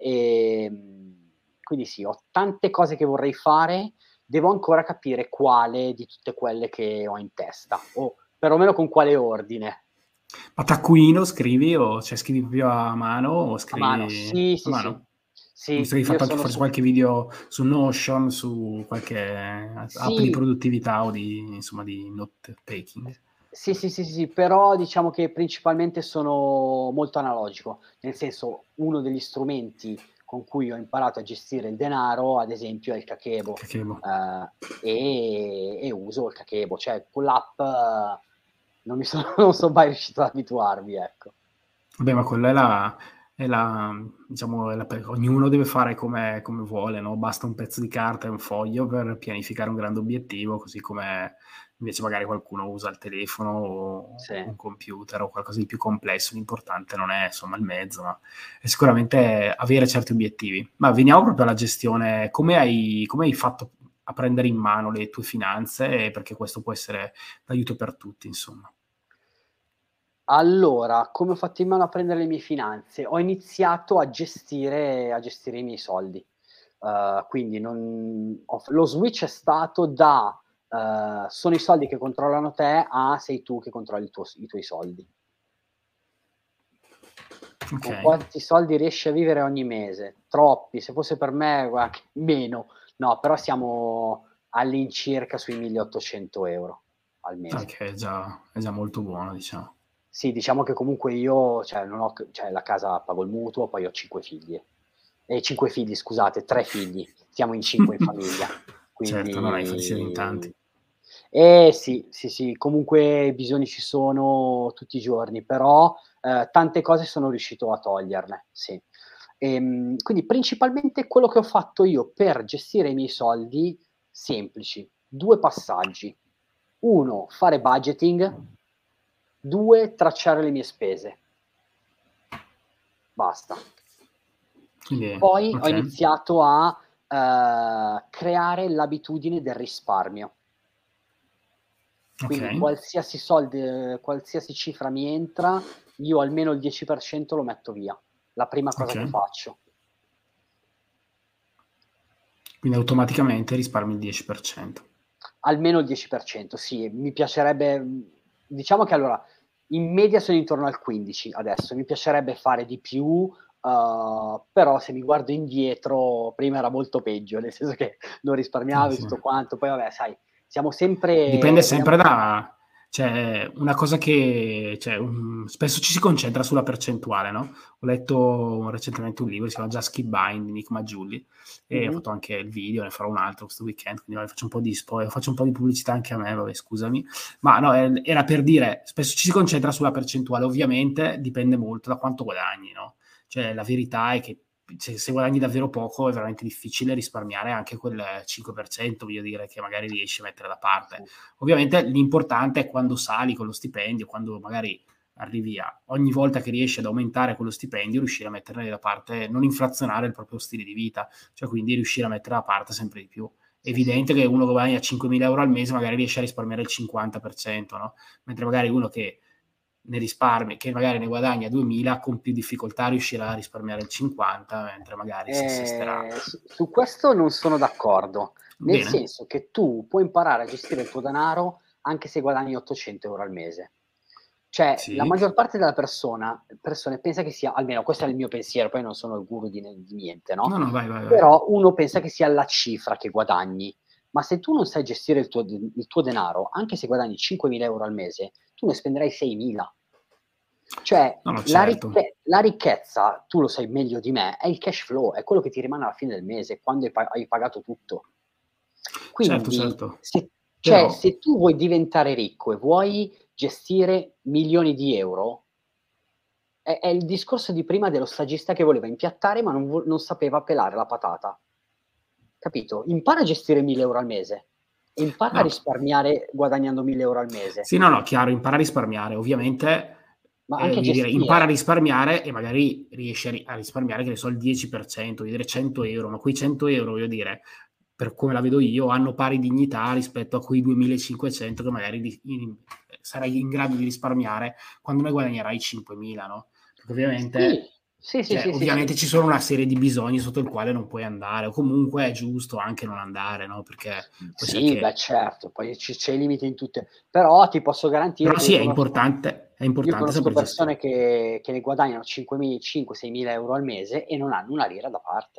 ehm, quindi sì, ho tante cose che vorrei fare, devo ancora capire quale di tutte quelle che ho in testa, o perlomeno con quale ordine. Ma taccuino scrivi o cioè scrivi proprio a mano o A mano, scrivi sì, a sì, sì. mano? Visto Sì, che hai io fatto anche sono forse su qualche video su Notion, su qualche app di sì. produttività o di, insomma, di note taking. Sì, sì, sì, sì, però diciamo che principalmente sono molto analogico, nel senso, uno degli strumenti con cui ho imparato a gestire il denaro, ad esempio, è il Kakebo, Kakebo. ehm, e e uso il Kakebo, cioè con l'app non mi sono non son mai riuscito ad abituarmi, ecco. Vabbè, ma quella è la è la diciamo, è la pe ognuno deve fare come come vuole, no, basta un pezzo di carta e un foglio per pianificare un grande obiettivo, così come invece magari qualcuno usa il telefono o Sì. un computer o qualcosa di più complesso. L'importante non è, insomma, il mezzo, ma è sicuramente avere certi obiettivi. Ma veniamo proprio alla gestione. Come hai come hai fatto a prendere in mano le tue finanze? Perché questo può essere d'aiuto per tutti, insomma. Allora, come ho fatto in mano a prendere le mie finanze? Ho iniziato a gestire a gestire i miei soldi. Uhm, quindi non ho f lo switch è stato da, uhm, sono i soldi che controllano te, a sei tu che controlli il tuo s i tuoi soldi. Con Okay. quanti soldi riesci a vivere ogni mese? Troppi, se fosse per me gua anche meno. No, però siamo all'incirca sui mille e ottocento euro al mese. Okay, è già è già molto buono, diciamo. Sì, diciamo che comunque io, cioè non ho c cioè la casa pago il mutuo, poi ho cinque figli. Ehm, cinque figli scusate, tre figli. Siamo in cinque in famiglia, Certo, no, no, infatti siete in quindi tanti. eh sì, sì, sì, comunque i bisogni ci sono tutti i giorni, però, ehm, tante cose sono riuscito a toglierle, sì. Ehm, quindi principalmente quello che ho fatto io per gestire i miei soldi, semplici, due passaggi: uno fare budgeting, due tracciare le mie spese. Basta. Quindi Poi ho okay, iniziato a, ehm, creare l'abitudine del risparmio. Quindi okay, qualsiasi soldi ehm, qualsiasi cifra mi entra, io almeno il dieci per cento lo metto via. La prima cosa che okay. faccio. Quindi automaticamente risparmi il dieci per cento. Almeno il dieci per cento, sì. Mi piacerebbe mhmm, diciamo che allora, in media sono intorno al quindici adesso. Mi piacerebbe fare di più, uhm, però se mi guardo indietro prima era molto peggio, nel senso che non Eh, risparmiavi sì. tutto quanto, poi vabbè sai, siamo Dipende sempre veniamo sempre da cioè una cosa che cioè, mhmm, spesso ci si concentra sulla percentuale, no, ho letto recentemente un libro, si chiama Just Keep Buying di Nick Maggiulli, e ho mh-mh. fatto anche il video, ne farò un altro questo weekend, quindi vabbè faccio un po' di spo faccio un po' di pubblicità anche a me, vabbè scusami. Ma no, ehm, era per dire, spesso ci si concentra sulla percentuale, ovviamente dipende molto da quanto guadagni, no, cioè la verità è che se se guadagni davvero poco è veramente difficile risparmiare anche quel cinque per cento, voglio dire, che magari riesci a mettere da parte. Sì, Ovviamente l'importante è quando sali con lo stipendio, quando magari arrivi a ogni volta che riesci ad aumentare quello stipendio, riuscire a metterne da parte, non inflazionare il proprio stile di vita, cioè quindi riuscire a mettere da parte sempre di più. È sì, sì. evidente che uno che guadagna cinquemila euro al mese magari riesce a risparmiare il cinquanta per cento, no, mentre magari uno che ne risparmia che magari ne guadagna duemila, con più difficoltà riuscirà a risparmiare il cinquanta, mentre magari si assisterà. Ehm, su su questo non sono d'accordo, nel Bene, senso che tu puoi imparare a gestire il tuo denaro anche se guadagni ottocento euro € al mese. Cioè, la sì. maggior parte della persona persone pensa che sia, almeno questo è il mio pensiero, poi non sono il guru di ne di niente, no, No, no, vai, vai, vai. però uno pensa che sia la cifra che guadagni, ma se tu non sai gestire il tuo d il tuo denaro, anche se guadagni cinquemila euro € al mese, tu ne spenderai seimila. Cioè, No, no, la certo. ricche la ricchezza, tu lo sai meglio di me, è il cash flow, è quello che ti rimane alla fine del mese, quando hai pa hai pagato tutto. Certo, Quindi certo. se cioè, Però se tu vuoi diventare ricco e vuoi gestire milioni di euro, è è il discorso di prima dello stagista che voleva impiattare, ma non vo non sapeva pelare la patata. Capito? Impara a gestire mille euro € al mese e impara a no. risparmiare guadagnando mille euro € al mese, Sì, no, no, chiaro, impara a risparmiare. Ovviamente, ma ehm, anche voglio dire, impara a gestire. risparmiare e magari riesci a ri a risparmiare, che ne so, il dieci per cento, voglio dire cento euro €, ma quei cento euro €, voglio dire, per come la vedo io, hanno pari dignità rispetto a quei duemilacinquecento che magari di in sarai in grado di risparmiare quando ne guadagnerai cinquemila, no, perché Sì, ovviamente sì, sì, cioè, sì, sì, sì. ovviamente ci sono una serie di bisogni sotto il quale non puoi andare, o comunque è giusto anche non andare, no, perché poi sai Sì, beh che certo, poi ci c'è i limiti in tutte, però ti posso garantire però che sì, io è conosco importante è io importante conosco saper gesti persone che che ne guadagnano cinquemi cinque, seimila euro € al mese e non hanno una lira da parte.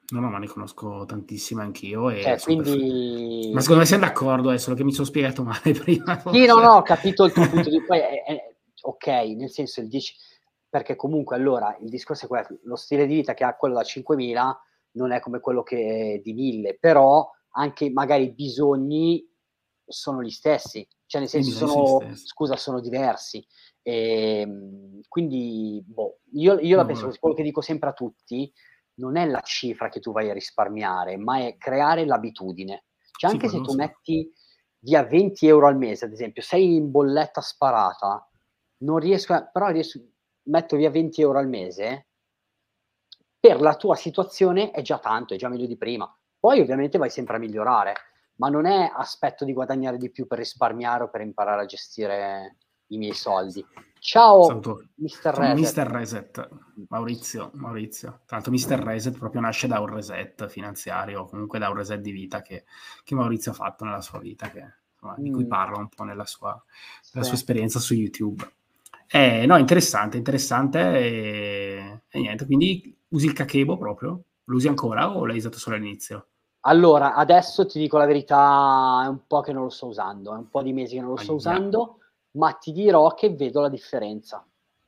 No, no, ma ne conosco tantissime anch'io e Cioè, son perfe ma quindi secondo me siam d'accordo, è solo che mi son spiegato male prima sì, no, forse. no, ho capito il tuo punto di poi è è okay, nel senso il dieci perché comunque allora il discorso è questo, lo stile di vita che ha quello da cinquemila non è come quello che di mille, però anche magari i bisogni sono gli stessi, cioè nel I senso bisogni son gli sono stessi. scusa, sono diversi. Ehm, quindi boh, io io la No, penso guarda così, quello che dico sempre a tutti, non è la cifra che tu vai a risparmiare, ma è creare l'abitudine. Cioè sì, anche se quello tu sì. metti via venti euro € al mese, ad esempio, sei in bolletta sparata, non riesco a però ries metto via venti euro € al mese, per la tua situazione è già tanto, è già meglio di prima. Poi ovviamente vai sempre a migliorare, ma non è aspetto di guadagnare di più per risparmiare o per imparare a gestire i miei soldi. Ciao Saluto mister ciao Reset. mister Reset, Mh. Maurizio Maurizio. Tra l'altro mister Reset proprio nasce da un reset finanziario, o comunque da un reset di vita che che Maurizio ha fatto nella sua vita, che insomma di cui Mh. parla un po' nella sua nella Sì. sua esperienza su YouTube. Eh, no, interessante, interessante e e niente, quindi usi il Kakebo proprio? Lo usi ancora o l'hai usato solo all'inizio? Allora, adesso ti dico la verità, è un po' che non lo sto usando, è un po' di mesi che non lo sto Ahia. usando, ma ti dirò che vedo la differenza.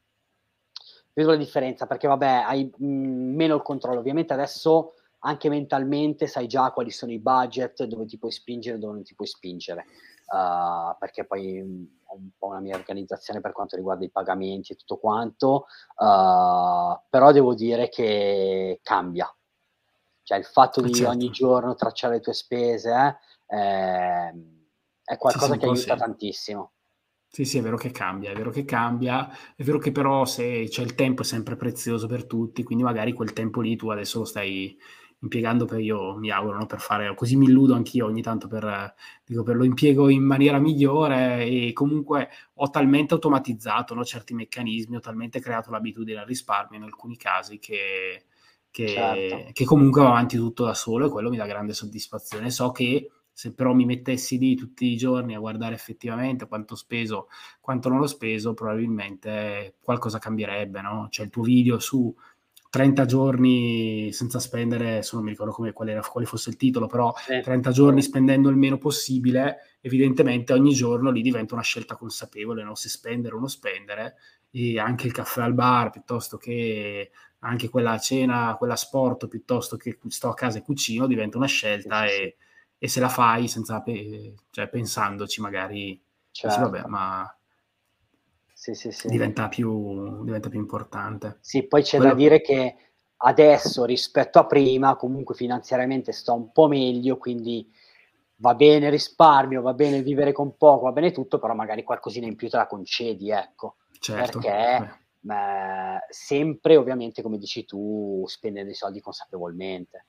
Vedo la differenza perché vabbè hai, mhmm, meno il controllo. Ovviamente adesso anche mentalmente sai già quali sono i budget, dove ti puoi spingere e dove non ti puoi spingere. Uhm, perché poi, mhmm, ho un po' una mia organizzazione per quanto riguarda i pagamenti e tutto quanto, uhm, però devo dire che cambia. Cioè il fatto Eh di ogni certo. giorno tracciare le tue spese, eh, ehm, è Sì, sì, qualcosa un che po' aiuta sì. tantissimo. Sì, sì, è vero che cambia, è vero che cambia, è vero che però se cioè il tempo è sempre prezioso per tutti, quindi magari quel tempo lì tu adesso lo stai impiegando per io mi auguro, no, per fare così mi illudo anch'io ogni tanto per dico per lo impiego in maniera migliore e comunque ho talmente automatizzato, no, certi meccanismi, ho talmente creato l'abitudine al risparmio in alcuni casi che Certo. che che comunque va avanti tutto da solo e quello mi dà grande soddisfazione. So che se però mi mettessi lì tutti i giorni a guardare effettivamente quanto ho speso, quanto non ho speso, probabilmente qualcosa cambierebbe, no, cioè il tuo video su trenta giorni senza spendere, adesso non mi ricordo come qual era quale fosse il titolo, però Sì. trenta giorni spendendo il meno possibile, evidentemente ogni giorno lì diventa una scelta consapevole, no, se spendere o non spendere, e anche il caffè al bar, piuttosto che anche quella cena, quella sport, piuttosto che cu sto a casa e cucino, diventa una Sì, scelta sì, sì. e e se la fai senza pe cioè pensandoci magari dici: "Vabbè, Certo. ma" Sì, sì, sì. diventa più diventa più importante. Sì, poi c'è da Quello dire che adesso rispetto a prima, comunque finanziariamente sto un po' meglio, quindi va bene il risparmio, va bene vivere con poco, va bene tutto, però magari qualcosina in più te la concedi, ecco. certo, Perché, beh, ehm, sempre ovviamente, come dici tu, spendendo i soldi consapevolmente.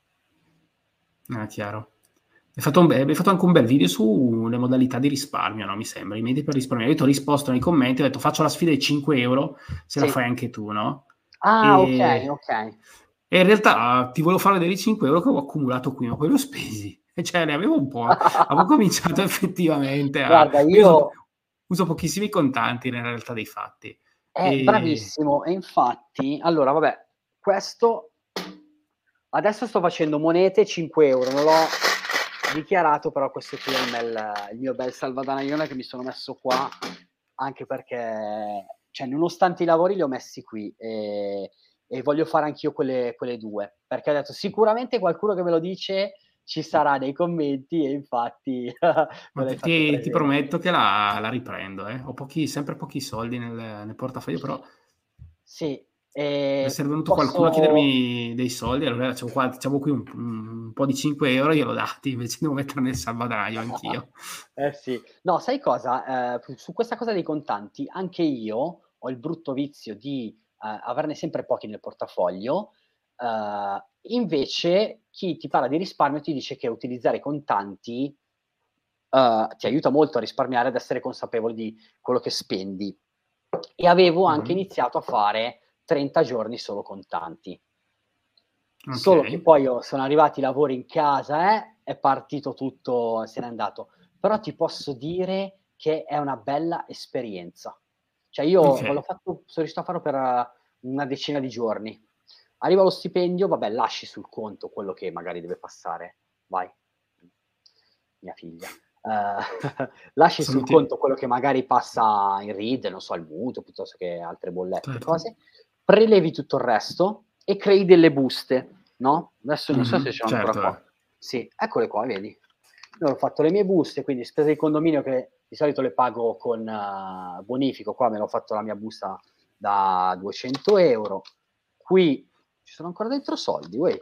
ah, chiaro. Hai fatto un be hai fatto anche un bel video sulle modalità di risparmio, no, mi sembra, i medi per risparmiare. Io t'ho risposto nei commenti, ho detto: "Faccio la sfida dei cinque euro € se la Sì. fai anche tu", no, Ah, okay, e okay. e in realtà ti volevo far vedere i cinque euro € che ho accumulato qui, ma poi li ho spesi. E cioè ne avevo un po', avevo cominciato effettivamente a Guarda, io uso io uso pochissimi contanti nella realtà dei fatti. eh, E bravissimo. E infatti allora vabbè, questo adesso sto facendo monete cinque euro €, non l'ho dichiarato, però questo qui è il bel il mio bel salvadanaglione che mi sono messo qua, anche perché cioè nonostante i lavori li ho messi qui, ehm, e voglio fare anch'io quelle quelle due, perché ho detto: "Sicuramente qualcuno che me lo dice ci sarà nei commenti", e infatti ma me l'hai ti fatto ti ti presente. prometto che la la riprendo, eh. Ho pochi sempre pochi soldi nel nel portafoglio, però Sì, ehm, essere venuto qualcuno a posso chiedermi dei soldi, allora c'ho qua c'avevo qui un un po' di cinque euro € gliel'ho dati, invece devo mettere nel salvadanaio anch'io. Eh sì. No, sai cosa? Ehm, p su questa cosa dei contanti anche io ho il brutto vizio di, ehm, averne sempre pochi nel portafoglio, ehm, invece chi ti parla di risparmio ti dice che utilizzare i contanti, ehm, ti aiuta molto a risparmiare, ad essere consapevole di quello che spendi. E avevo anche Mh-mh. iniziato a fare trenta giorni solo contanti. Solo che Okay, poi ho sono arrivati i lavori in casa, eh, è partito tutto, se n'è andato. Però ti posso dire che è una bella esperienza. Cioè io l'ho okay. fatto, sono riuscito a farlo per una decina di giorni. Arriva lo stipendio, vabbè, lasci sul conto quello che magari deve passare. Vai. Mia figlia. Ehm, lasci sul Saluti. conto quello che magari passa in RID, non so, il mutuo piuttosto che altre bollette, Certo. cose, prelevi tutto il resto e crei delle buste, no, adesso non so se Mh-mh. ce l'ho ancora Certo, qua. eh. Sì, eccole qua, vedi? Io ho fatto le mie buste, quindi spese di condominio che di solito le pago con bonifico, qua me l'ho fatto la mia busta da duecento euro. Qui ci sono ancora dentro soldi, uei.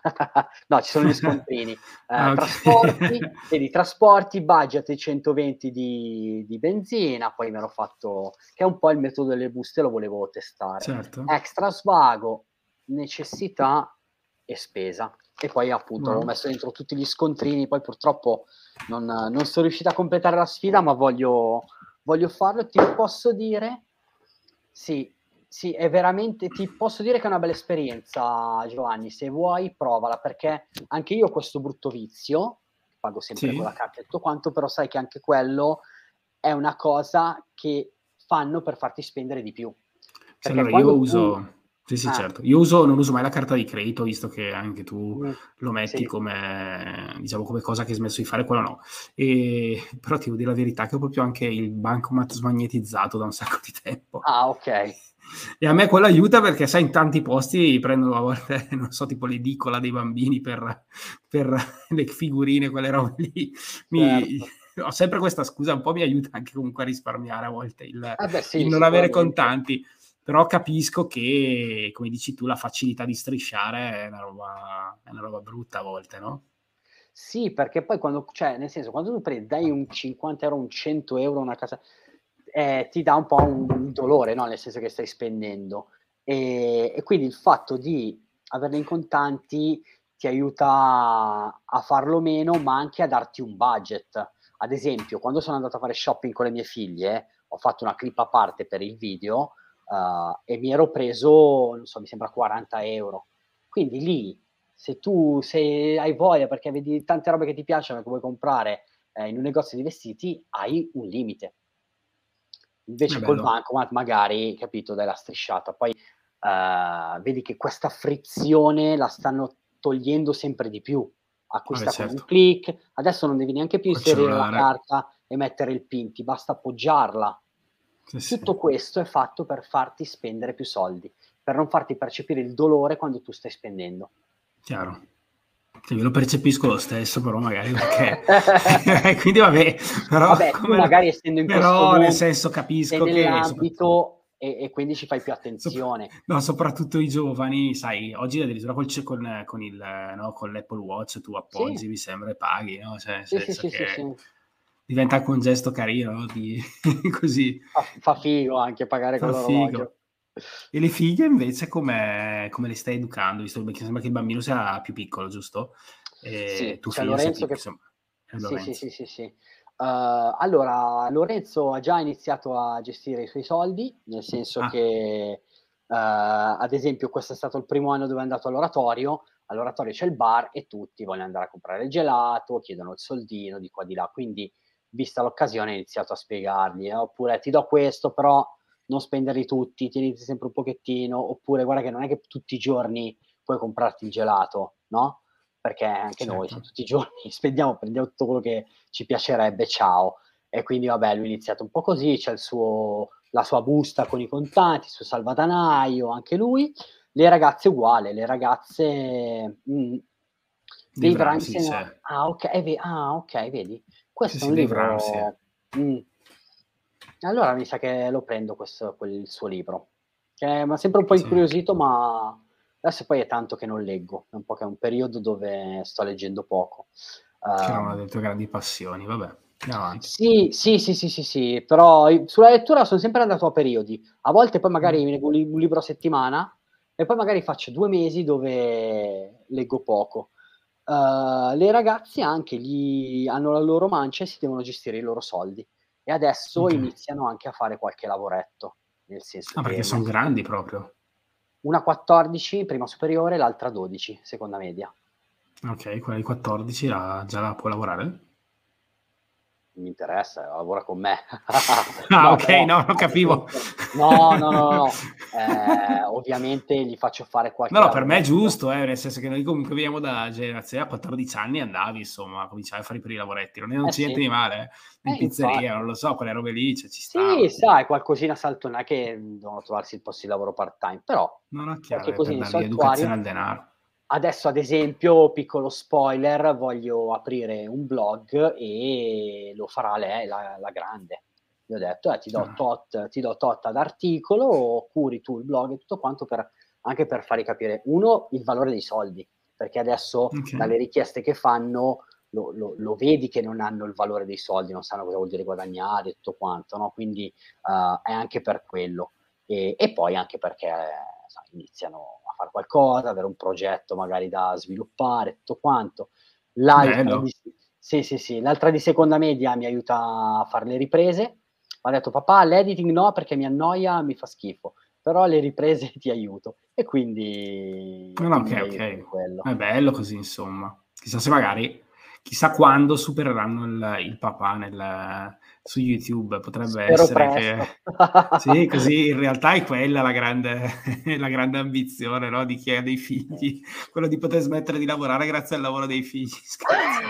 No, ci sono gli scontrini. Ah, Ehm, okay. trasporti, vedi trasporti, budget di centoventi di di benzina, poi m'ero fatto che è un po' il metodo delle buste, lo volevo testare. Certo. Extra svago, necessità e spesa. E poi appunto avevo Wow. messo dentro tutti gli scontrini, poi purtroppo non non son riuscito a completare la sfida, ma voglio voglio farlo e ti posso dire sì, sì, è veramente ti posso dire che è una bella esperienza, Giovanni. Se vuoi provala, perché anche io ho questo brutto vizio, pago sempre con Sì. la carta e tutto quanto, però sai che anche quello è una cosa che fanno per farti spendere di più. Sì, Perché allora io quando tu uso sì, sì, ah, certo. Io uso non uso mai la carta di credito, visto che anche tu mh, lo metti sì. come diciamo, come cosa che hai smesso di fare, quello no. Ehm, però ti devo dire la verità che ho proprio anche il bancomat smagnetizzato da un sacco di tempo. Ah, okay. E a me quello aiuta perché sai in tanti posti prendono a volte, non so, tipo l'edicola dei bambini per per le figurine, quelle robe lì. Mi Certo. ho sempre questa scusa, un po' mi aiuta anche comunque a risparmiare a volte il Eh beh il sì, non avere sicuramente. contanti, però capisco che, come dici tu, la facilità di strisciare è una roba è una roba brutta a volte, no? Sì, perché poi quando cioè, nel senso, quando tu pre dai un cinquanta euro €, un cento euro € a una casa, ehm, ti dà un po' un un dolore, no, nel senso che stai spendendo. Ehm, e quindi il fatto di averli in contanti ti aiuta a farlo meno, ma anche a darti un budget. Ad esempio, quando sono andato a fare shopping con le mie figlie, ho fatto una clip a parte per il video, uhm, e mi ero preso, non so, mi sembra quaranta euro €. Quindi lì, se tu se hai voglia perché vedi tante robe che ti piacciono, che vuoi comprare, ehm, in un negozio di vestiti, hai un limite. È Invece col bello. bancomat magari, capito, dai la strisciata. Poi, ehm, vedi che questa frizione la stanno togliendo sempre di più. Vabbè Acquista con un certo, click, adesso non devi neanche più col inserire la cellulare. carta e mettere il PIN, ti basta appoggiarla. Sì, sì, Tutto questo è fatto per farti spendere più soldi, per non farti percepire il dolore quando tu stai spendendo. chiaro. Sì, io lo percepisco lo stesso, però magari perché quindi vabbè, però Vabbè, tu come lo magari essendo in questo però nel mondo senso sei capisco che sopra nell'ambito e e quindi ci fai più sopra attenzione. no, soprattutto i giovani, sai, oggi addirittura col ce con con il no, con l'Apple Watch tu Sì, appoggi, mi sembra, e paghi, no, cioè nel sì, sì, senso sì, sì, sì. che diventa anche un gesto carino, no, di così. Fa fa figo anche pagare con Fa l'orologio. figo. E le figlie invece come come le stai educando? Visto che sembra che il bambino sia più piccolo, giusto? Ehm, Sì, tuo c'è figlio sei Lorenzo pic che insomma, è sì, sì, Lorenzo. sì, sì, sì. Uhm, allora Lorenzo ha già iniziato a gestire i suoi soldi, nel senso Ah, che, uhm, ad esempio questo è stato il primo anno dove è andato all'oratorio, all'oratorio c'è il bar e tutti vogliono andare a comprare il gelato, chiedono il soldino di qua di là, quindi vista l'occasione ho iniziato a spiegargli, eh, oppure: "Ti do questo, però non spenderli tutti, tieniti sempre un pochettino", oppure: "Guarda che non è che tutti i giorni puoi comprarti il gelato, no?" Perché anche noi se certo. tutti i giorni spendiamo, prendiamo tutto quello che ci piacerebbe, ciao. E quindi vabbè, lui ha iniziato un po' così, c'ha il suo la sua busta con i contanti, il suo salvadanaio, anche lui. Le ragazze uguale, le ragazze, mhmm, dei Devram Vrang si se no dice. ah okay, ve ah okay, vedi? Sì, Questo è sì, un Devram, sì. libro mh. Allora mi sa che lo prendo questo quel suo libro, che m'ha sempre un po' Sì. incuriosito, ma adesso poi è tanto che non leggo, è un po' che è un periodo dove sto leggendo poco. Che era una Uhm, delle tue grandi passioni, vabbè, andiamo avanti. sì, sì, sì, sì, sì, sì, però i sulla lettura son sempre andato a periodi. A volte poi Mh. magari mi leggo un li un libro a settimana e poi magari faccio due mesi dove leggo poco. Uhm, le ragazze anche gli hanno la loro mancia e si devono gestire i loro soldi. E adesso Okay. iniziano anche a fare qualche lavoretto, nel senso Ah, che perché mia son fi grandi proprio. una quattordici, prima superiore, l'altra dodici, seconda media. Okay, quella di quattordici la già la può lavorare? mi interessa, lavora con me. Ah, No, ok, però, no, non ad capivo. esempio no, no, no, no, ehm, ovviamente gli faccio fare No, qualche no, per me è lavoretto. giusto, eh, nel senso che noi comunque veniamo da generazione a quattordici anni andavi insomma, cominciavi a fare i primi lavoretti, non è non Eh c'è sì, niente di male, eh. In eh pizzeria, non infatti. lo so, quelle robe lì, cioè ci Sì, stava. sai, qualcosina salto non è che devono trovarsi il posto di lavoro part-time, però No, no, chiaro, qualche è per cosina in dargli educazione saltuario. al denaro. Adesso ad esempio, piccolo spoiler, voglio aprire un blog e lo farà lei, la la grande. Gli ho detto: "Eh, ti do Ah, tot ti do tot ad articolo, curi tu il blog e tutto quanto", per anche per fargli capire, uno, il valore dei soldi, perché adesso okay. dalle richieste che fanno lo lo lo vedi che non hanno il valore dei soldi, non sanno cosa vuol dire guadagnare e tutto quanto, no, quindi, uhm, è anche per quello. E e poi anche perché, sai, iniziano a far qualcosa, avere un progetto magari da sviluppare, tutto quanto. L'altra di Bello. s sì, sì, sì, l'altra di seconda media mi aiuta a far le riprese. M'ha detto: "Papà, l'editing no perché mi annoia, mi fa schifo, però le riprese ti aiuto." E quindi e No, no, quindi okay, mi aiuta in okay. quello. È bello così insomma. Chissà se magari chissà quando supereranno il il papà nel su YouTube. Potrebbe Spero essere presto. che sì, così in realtà è quella la grande la grande ambizione, no, di chi ha dei figli, quello di poter smettere di lavorare grazie al lavoro dei figli. Scherzo.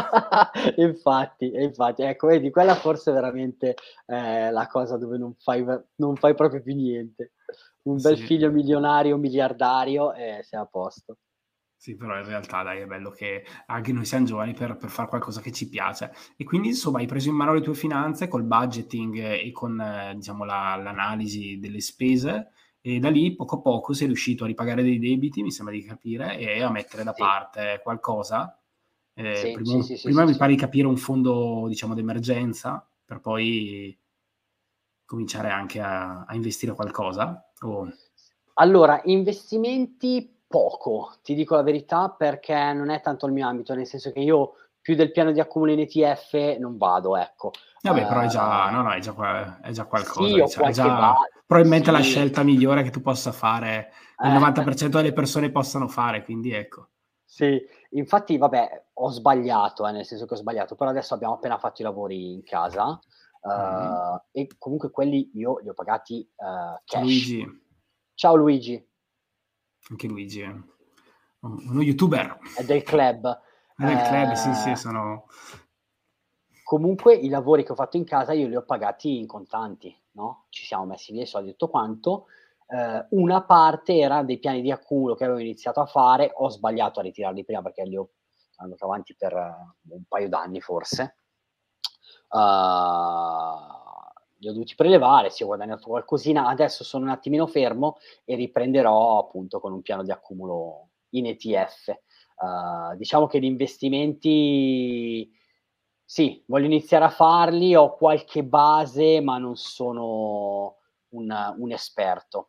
Infatti, e infatti, ecco vedi quella forse è veramente è la cosa dove non fai ve non fai proprio più niente. Un bel Sì. figlio milionario, miliardario e sei a posto. Sì, però in realtà dai, è bello che anche noi siam giovani per per far qualcosa che ci piace. E quindi insomma hai preso in mano le tue finanze col budgeting e con eh, diciamo la l'analisi delle spese e da lì poco a poco sei riuscito a ripagare dei debiti, mi sembra di capire, e a mettere da Sì, parte qualcosa. Ehm, sì, prima sì, un sì, sì, prima sì, mi sì. pare di capire un fondo diciamo d'emergenza, per poi cominciare anche a a investire qualcosa o Allora, investimenti poco, ti dico la verità, perché non è tanto il mio ambito, nel senso che io più del piano di accumulo in E T F non vado, ecco. vabbè, però è già Uhm, no, no, è già qua è già qualcosa, sì, ho dicia è qualche ba già probabilmente la sì, scelta migliore che tu possa fare, il novanta eh. per cento delle persone possano fare, quindi ecco. Sì, infatti vabbè, ho sbagliato, eh, nel senso che ho sbagliato, però adesso abbiamo appena fatto i lavori in casa, Mh-mh. uhm, e comunque quelli io li ho pagati, uhm, Ciao cash. Luigi, Ciao Luigi, anche Luigi è u uno youtuber. è del club. È del club, sì, sì, Ehm, sono Comunque i lavori che ho fatto in casa io li ho pagati in contanti, no, ci siamo messi lì i soldi e tutto quanto. Ehm, una parte era dei piani di accumulo che avevo iniziato a fare, ho sbagliato a ritirarli prima perché li ho sono andato avanti per eh, un paio d'anni forse. Uhm, Li ho dovuti prelevare, sì, ho guadagnato qualcosina, adesso sono un attimino fermo e riprenderò appunto con un piano di accumulo in E T F. Uhm, diciamo che gli investimenti sì, voglio iniziare a farli, ho qualche base, ma non sono un un esperto.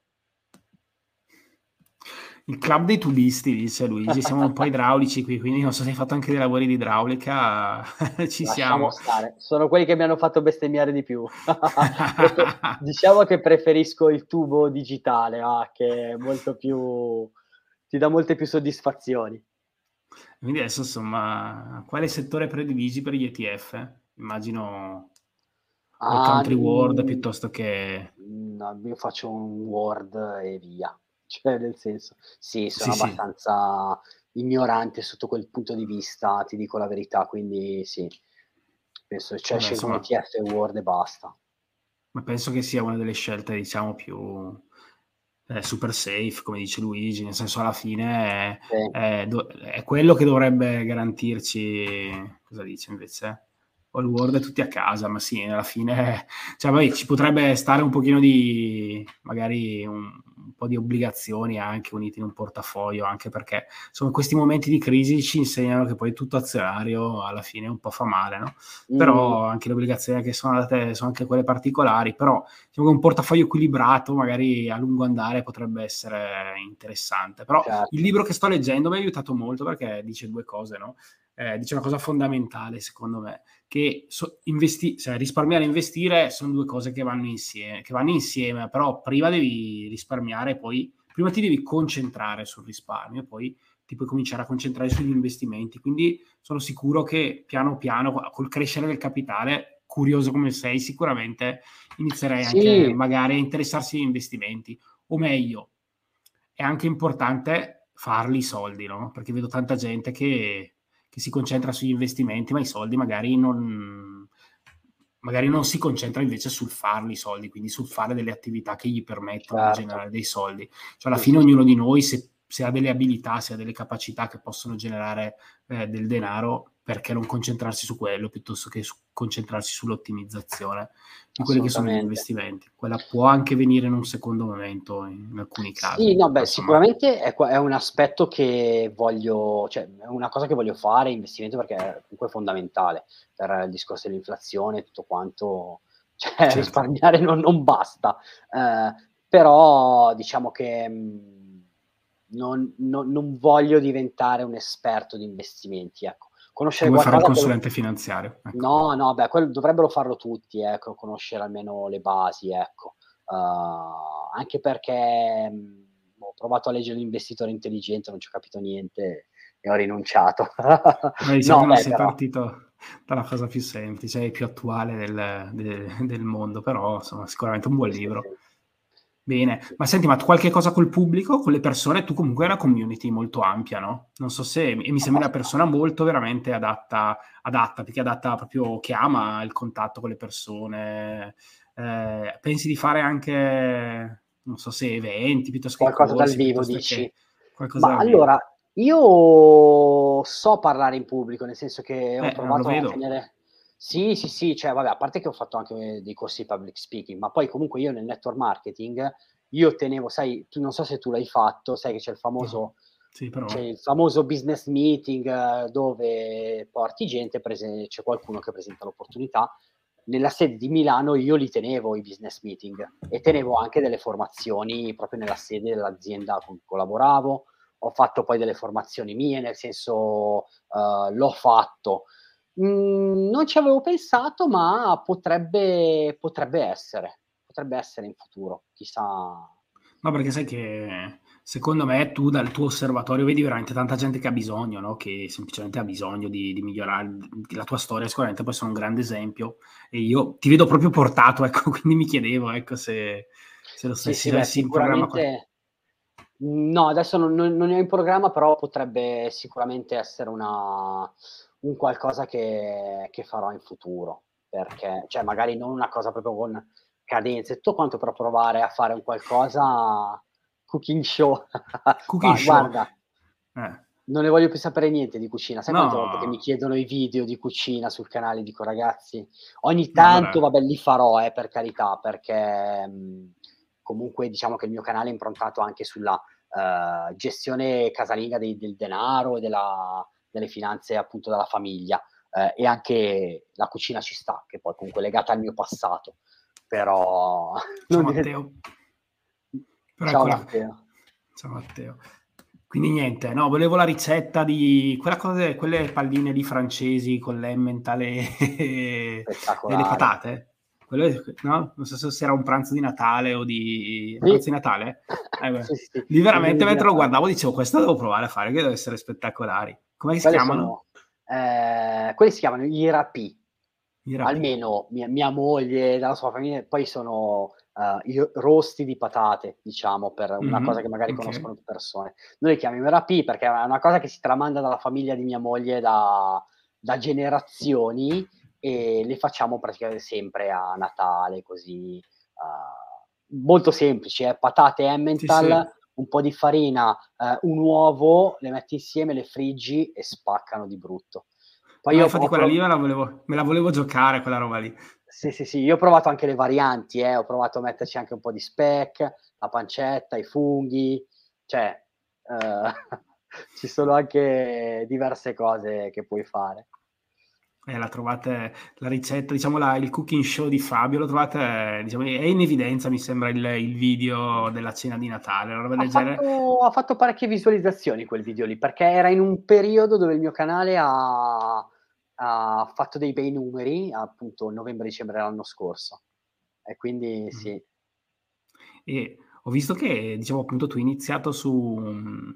il club dei tubisti, dice Luigi. Siamo un po' idraulici qui, quindi non so se hai fatto anche dei lavori di idraulica, ci Lasciamo siamo. stare, sono quelli che mi hanno fatto bestemmiare di più. Prefe Diciamo che preferisco il tubo digitale, va, che è molto più ti dà molte più soddisfazioni. Quindi adesso insomma, quale settore prediligi per gli E T F? Immagino o Ah, country world mhmm, piuttosto che no, io faccio un Word e via. Cioè, nel senso sì, sono sì, sì, abbastanza ignorante sotto quel punto di vista, ti dico la verità, quindi sì, penso cioè vabbè scelgo un insomma, E T F e Word e basta. ma penso che sia una delle scelte diciamo più, ehm, super safe, come dice Luigi, nel senso alla fine Sì. è è do è quello che dovrebbe garantirci cosa dice invece? O il Word e tutti a casa, ma sì, alla fine cioè poi ci potrebbe stare un pochino di magari un un po' di obbligazioni anche unite in un portafoglio, anche perché insomma questi momenti di crisi ci insegnano che poi tutto azionario alla fine un po' fa male, no, Mh-mh. però anche le obbligazioni che sono andate sono anche quelle particolari, però diciamo che un portafoglio equilibrato magari a lungo andare potrebbe essere interessante. Però il Certo. libro che sto leggendo mi ha aiutato molto perché dice due cose, no, ehm, dice una cosa fondamentale secondo me, che so investi cioè risparmiare e investire son due cose che vanno insie che vanno insieme, però prima devi risparmiare, poi prima ti devi concentrare sul risparmio e poi ti puoi cominciare a concentrare sugli investimenti. Quindi sono sicuro che piano piano, col crescere del capitale, curioso come sei, sicuramente inizierei anche Sì, magari a interessarsi agli investimenti. O meglio, è anche importante farli i soldi, no? Perché vedo tanta gente che, che si concentra sugli investimenti, ma i soldi magari non, magari non si concentra invece sul farli i soldi, quindi sul fare delle attività che gli permettono di certo. generare dei soldi. Cioè, alla Sì, fine sì, sì. ognuno di noi, se, se ha delle abilità, se ha delle capacità che possono generare eh, del denaro, perché non concentrarsi su quello piuttosto che su, concentrarsi sull'ottimizzazione di quelli che sono gli Assolutamente. investimenti? Quella può anche venire in un secondo momento in, in alcuni casi, Sì, no, però beh, insomma. sicuramente è qua è un aspetto che voglio cioè, è una cosa che voglio fare, investimento, perché comunque è fondamentale per il discorso dell'inflazione e tutto quanto, cioè Certo, risparmiare non non basta. Ehm, però diciamo che, mhmm, non non non voglio diventare un esperto di investimenti, ecco. non Conoscere vuoi fare il qualcosa quello consulente finanziario, ecco. no, no, beh, quello dovrebbero farlo tutti, ecco, conoscere almeno le basi, ecco. Uhm, anche perché, mhmm, ho provato a leggere L'investitore intelligente, non ci ho capito niente e ho rinunciato. Ma diciamo No, che non beh, sei però partito dalla cosa più semplice e più attuale del de del mondo, però insomma sicuramente un buon sì, sì, libro. sì. Bene, Sì. ma senti, ma tu qualche cosa col pubblico, con le persone? Tu comunque hai una community molto ampia, no, non so se e mi sembri una persona Abbastanza. molto veramente adatta adatta, perché adatta proprio che ama il contatto con le persone. Ehm, pensi di fare anche, non so se eventi, piuttosto che Qualcosa dal corsi, vivo piuttosto dici? che qualcosa Ma dal vivo? allora, io so parlare in pubblico, nel senso che ho Eh, lo provato a vedo. tenere sì, sì, sì, cioè vabbè, a parte che ho fatto anche dei corsi di public speaking, ma poi comunque io nel network marketing, io tenevo sai, tu non so se tu l'hai fatto, sai che c'è il No. famoso Sì, c'è però il famoso business meeting eh, dove porti gente, prese c'è qualcuno che presenta l'opportunità. Nella sede di Milano io li tenevo i business meeting e tenevo anche delle formazioni proprio nella sede dell'azienda con cui collaboravo. Ho fatto poi delle formazioni mie, nel senso, uhm, l'ho fatto. Mhmm, non ci avevo pensato, ma potrebbe potrebbe essere. Potrebbe essere in futuro, chissà. no, perché sai che secondo me tu dal tuo osservatorio vedi veramente tanta gente che ha bisogno, no, che semplicemente ha bisogno di di migliorare. La tua storia sicuramente può essere un grande esempio e io ti vedo proprio portato, ecco, quindi mi chiedevo, ecco, se se lo Sì, stessi sì, se beh, avessi in programma qual sicuramente no, adesso non non non ne ho in programma, però potrebbe sicuramente essere una un qualcosa che che farò in futuro, perché cioè magari non una cosa proprio con cadenze e tutto quanto, però provare a fare un qualcosa cooking show. cooking Ma show. guarda, Eh. non ne voglio più sapere niente di cucina. Sai quante volte che mi No, chiedono i video di cucina sul canale, dico: "Ragazzi", ogni no tanto allora vabbè li farò eh, per carità, perché, mhmm, comunque diciamo che il mio canale è improntato anche sulla, ehm, gestione casalinga dei del denaro e della delle finanze appunto della famiglia, ehm, e anche la cucina ci sta, che poi comunque è legata al mio passato, però ciao non diven Matteo. Però ciao ecco la Matteo. ciao Matteo. Quindi niente, no, volevo la ricetta di quella cosa quelle palline lì francesi con l'emmental e e le Spettacolare. patate? Quelle no, non so se era un pranzo di Natale o di Sì. pranzo di Natale? Eh beh, Sì, sì, sì, lì il veramente menù di mentre lo Natale. guardavo dicevo: "Questo devo provare a fare, che deve essere spettacolari." Com'è che si Quelle chiamano? sono ehm, quelli si chiamano i rapì. I rapì. Almeno mia mia moglie, la sua famiglia, poi sono, uhm, i rosti di patate, diciamo, per una Mh-mh, cosa che magari okay. conoscono più persone. Noi li chiamiamo rapì perché è una cosa che si tramanda dalla famiglia di mia moglie da da generazioni e le facciamo praticamente sempre a Natale, così, uhm, molto semplici, eh, patate Sì, sì. Emmental, un po' di farina, ehm, un uovo, le metti insieme, le friggi e spaccano di brutto. Poi No, io infatti ho quella lì pro me la volevo me la volevo giocare quella roba lì. sì, sì, sì, io ho provato anche le varianti, eh, ho provato a metterci anche un po' di speck, la pancetta, i funghi, cioè, uhm, ci sono anche diverse cose che puoi fare. Eh, la trovate la ricetta, diciamo la il cooking show di Fabio, lo trovate diciamo è in evidenza mi sembra il il video della cena di Natale, una roba Ha del genere. fatto ha fatto parecchie visualizzazioni quel video lì, perché era in un periodo dove il mio canale ha ha fatto dei bei numeri, appunto novembre-dicembre dell'anno scorso. E quindi Mh. sì. E ho visto che, diciamo, appunto, tu hai iniziato su mhmm,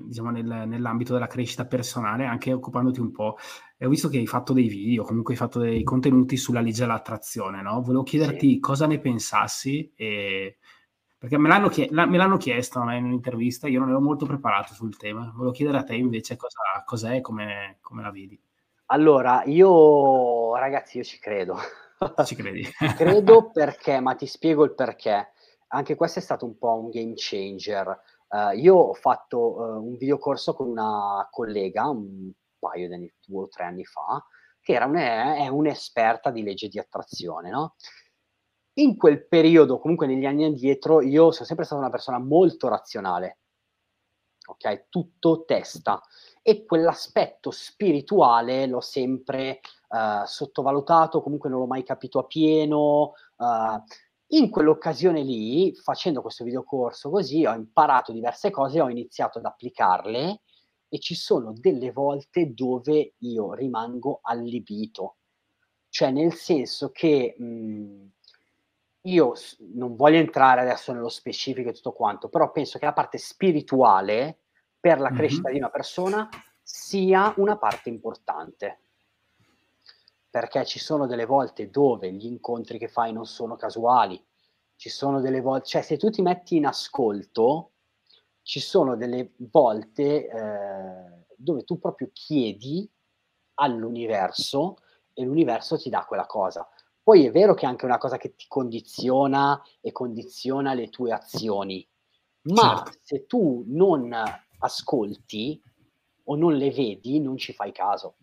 diciamo nel, nell'ambito della crescita personale, anche occupandoti un po'. E ho visto che hai fatto dei video, comunque hai fatto dei contenuti sulla legge dell'attrazione, no? Volevo chiederti Sì. cosa ne pensassi, e... perché me l'hanno, chie- la- me l'hanno chiesto a me in un'intervista, io non ero molto preparato sul tema. Volevo chiedere a te Mhm. invece cosa, cos'è e come, come la vedi. Allora, io ragazzi, io ci credo. Ci credi? Ci credo perché, ma ti spiego il perché. Anche questo è stato un po' un game changer. Ehm, io ho fatto, uhm, un videocorso con una collega, un paio di anni, due o tre anni fa, che era un'e è un'esperta di legge di attrazione, no, in quel periodo, comunque negli anni addietro, io son sempre stata una persona molto razionale. Okay, tutto testa. E quell'aspetto spirituale l'ho sempre, uhm, sottovalutato, comunque non l'ho mai capito appieno. Uhm, in quell'occasione lì, facendo questo videocorso così, ho imparato diverse cose, ho iniziato ad applicarle e ci sono delle volte dove io rimango allibito. Cioè nel senso che, mhmm, io s non voglio entrare adesso nello specifico e tutto quanto, però penso che la parte spirituale per la Mhm. crescita di una persona sia una parte importante. Perché ci sono delle volte dove gli incontri che fai non sono casuali, ci sono delle vol cioè se tu ti metti in ascolto, ci sono delle volte, ehm, dove tu proprio chiedi all'universo e l'universo ti dà quella cosa. Poi è vero che è anche una cosa che ti condiziona e condiziona le tue azioni, ma Certo. se tu non ascolti o non le vedi, non ci fai caso.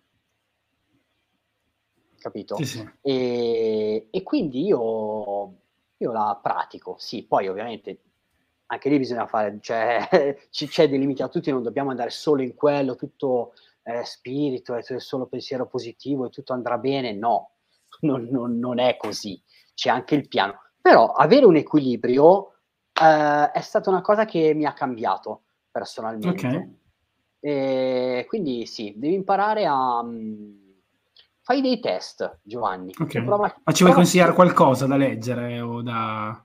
Sì, Capito? sì. Ehm, e quindi io io la pratico, sì, poi ovviamente anche lì bisogna fare cioè ci c'è dei limiti a tutti, non dobbiamo andare solo in quello, tutto è spirito, è s solo pensiero positivo e tutto andrà bene, no, non non non è così. C'è anche il piano. Però avere un equilibrio, ehm, è stata una cosa che mi ha cambiato Ok. personalmente. Ehm, quindi sì, devi imparare a mhmm, fai dei test Giovanni, Ok. tu prova Ma ci vuoi provaci consigliare qualcosa da leggere o da...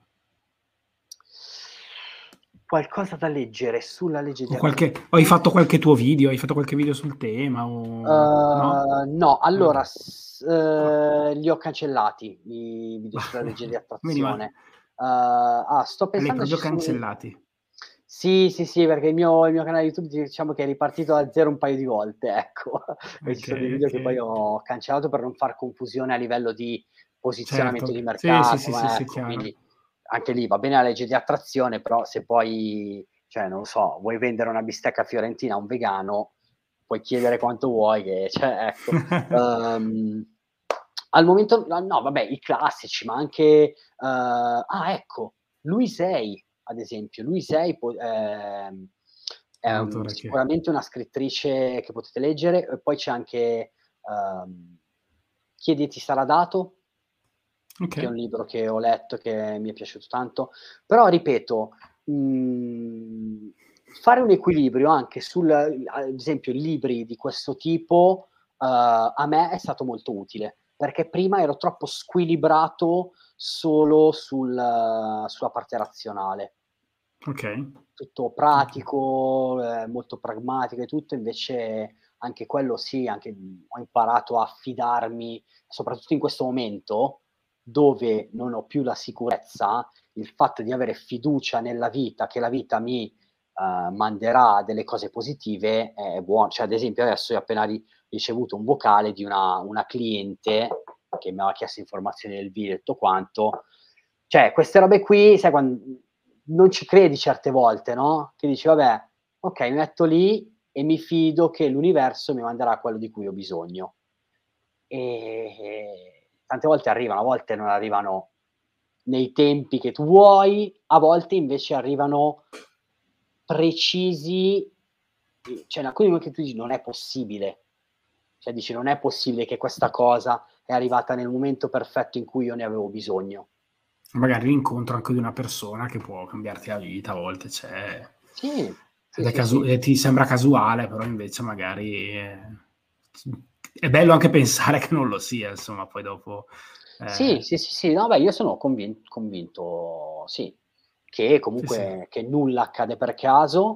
qualcosa da leggere sulla legge di O qualche... o hai attrazione. fatto qualche tuo video? Hai fatto qualche video sul tema o... no? Uhm, no, allora Ok. s uhm, li ho cancellati i video Bah, sulla legge di vedi, ma attrazione. Uhm, ah, sto li hai pensando ci proprio sono dei cancellati. sì, sì, sì, perché il mio il mio canale YouTube diciamo che è ripartito da zero un paio di volte, ecco. E ci Ok, sono dei video che poi ok. ho cancellato per non far confusione a livello di posizionamento Certo. di Sì, sì, mercato, sì, sì, ma sì, ecco, chiaro. quindi anche lì va bene la legge di attrazione, però se poi, cioè non lo so, vuoi vendere una bistecca fiorentina a un vegano, puoi chiedere quanto vuoi che cioè ecco. Uhm, al momento no, no vabbè, i classici, ma anche uhm, ah ecco, Louise Hay, ad esempio. Louise Hay po ehm, È un è un autore che... sicuramente una scrittrice che potete leggere, e poi c'è anche, uhm, Chiedi e ti sarà dato, Ok. che è un libro che ho letto, che mi è piaciuto tanto. Però ripeto, mhmm, fare un equilibrio anche sul ad esempio libri di questo tipo, uhm, a me è stato molto utile, perché prima ero troppo squilibrato solo sul sulla parte razionale. Ok. Tutto Ok. pratico, ehm, molto pragmatico e tutto, invece anche quello sì, anche, mhmm, ho imparato a fidarmi, soprattutto in questo momento, dove non ho più la sicurezza, il fatto di avere fiducia nella vita, che la vita mi, uhm, manderà delle cose positive è buo cioè ad esempio adesso io ho appena ri ricevuto un vocale di una una cliente che mi aveva chiesto informazioni del video e tutto quanto. Cioè queste robe qui, sai quan mhmm, non ci credi certe volte, no, che dici: "Vabbè, okay, mi metto lì e mi fido che l'universo mi manderà quello di cui ho bisogno". E tante volte arrivano, a volte non arrivano nei tempi che tu vuoi, a volte invece arrivano precisi, ehm, cioè in alcuni momenti tu dici: "Non è possibile". Cioè dici: "Non è possibile che questa cosa è arrivata nel momento perfetto in cui io ne avevo bisogno". Magari l'incontro anche di una persona che può cambiarti la vita, a volte c'è, Sì, sì, ed è sì, casu sì. e ti sembra casuale, però invece magari è è bello anche pensare che non lo sia, insomma, poi dopo, Sì, ehm, sì, sì, sì, no beh, io sono convin convinto sì, che sì, sì. comunque che nulla accade per caso,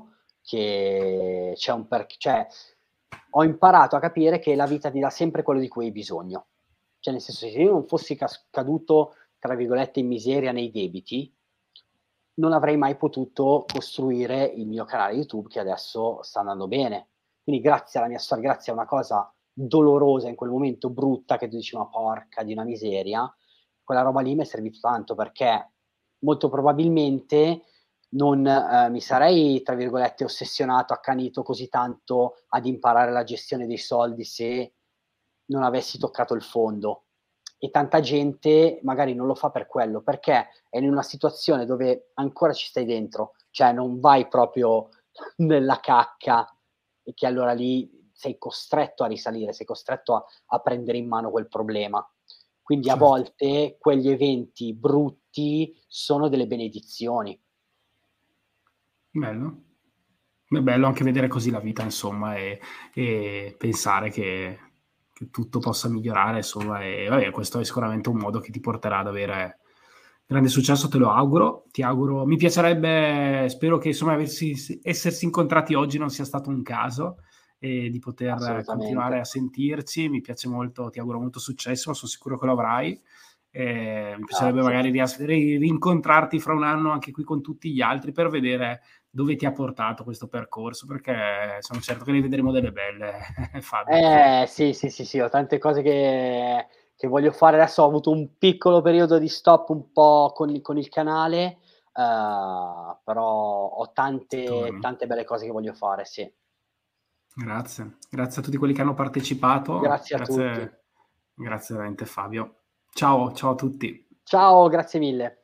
che c'è un perché, cioè ho imparato a capire che la vita ti dà sempre quello di cui hai bisogno. Cioè, nel senso, se io non fossi cas- caduto, tra virgolette, in miseria nei debiti, non avrei mai potuto costruire il mio canale YouTube che adesso sta andando bene. Quindi grazie alla mia storia, grazie a una cosa dolorosa in quel momento, brutta, che tu dici ma porca di una miseria, quella roba lì mi è servito tanto, perché molto probabilmente non eh, mi sarei, tra virgolette, ossessionato, accanito così tanto ad imparare la gestione dei soldi se non avessi toccato il fondo. E tanta gente magari non lo fa per quello, perché è in una situazione dove ancora ci stai dentro, cioè non vai proprio nella cacca, e che allora lì sei costretto a risalire, sei costretto a, a prendere in mano quel problema. Quindi a Certo. volte quegli eventi brutti sono delle benedizioni. Bello. È bello anche vedere così la vita, insomma, e, e pensare che, che tutto possa migliorare, insomma, e vabbè, questo è sicuramente un modo che ti porterà ad avere grande successo, te lo auguro. Ti auguro, mi piacerebbe, spero che insomma aversi, essersi incontrati oggi non sia stato un caso, e di poter continuare Assolutamente. a sentirci. Mi piace molto, ti auguro molto successo, ma sono sicuro che lo avrai. Eh, mi piacerebbe Grazie. magari rias- ri- rincontrarti fra un anno anche qui con tutti gli altri per vedere dove ti ha portato questo percorso, perché sono certo che ne vedremo delle belle, Fabio. Eh, sì, sì, sì, sì, ho tante cose che che voglio fare. Adesso ho avuto un piccolo periodo di stop un po' con il con il canale, uhm, però ho tante Torni. tante belle cose che voglio fare, sì. Grazie, grazie a tutti quelli che hanno partecipato, Grazie a tutti. grazie, grazie veramente Fabio. Ciao, ciao a tutti. Ciao, grazie mille.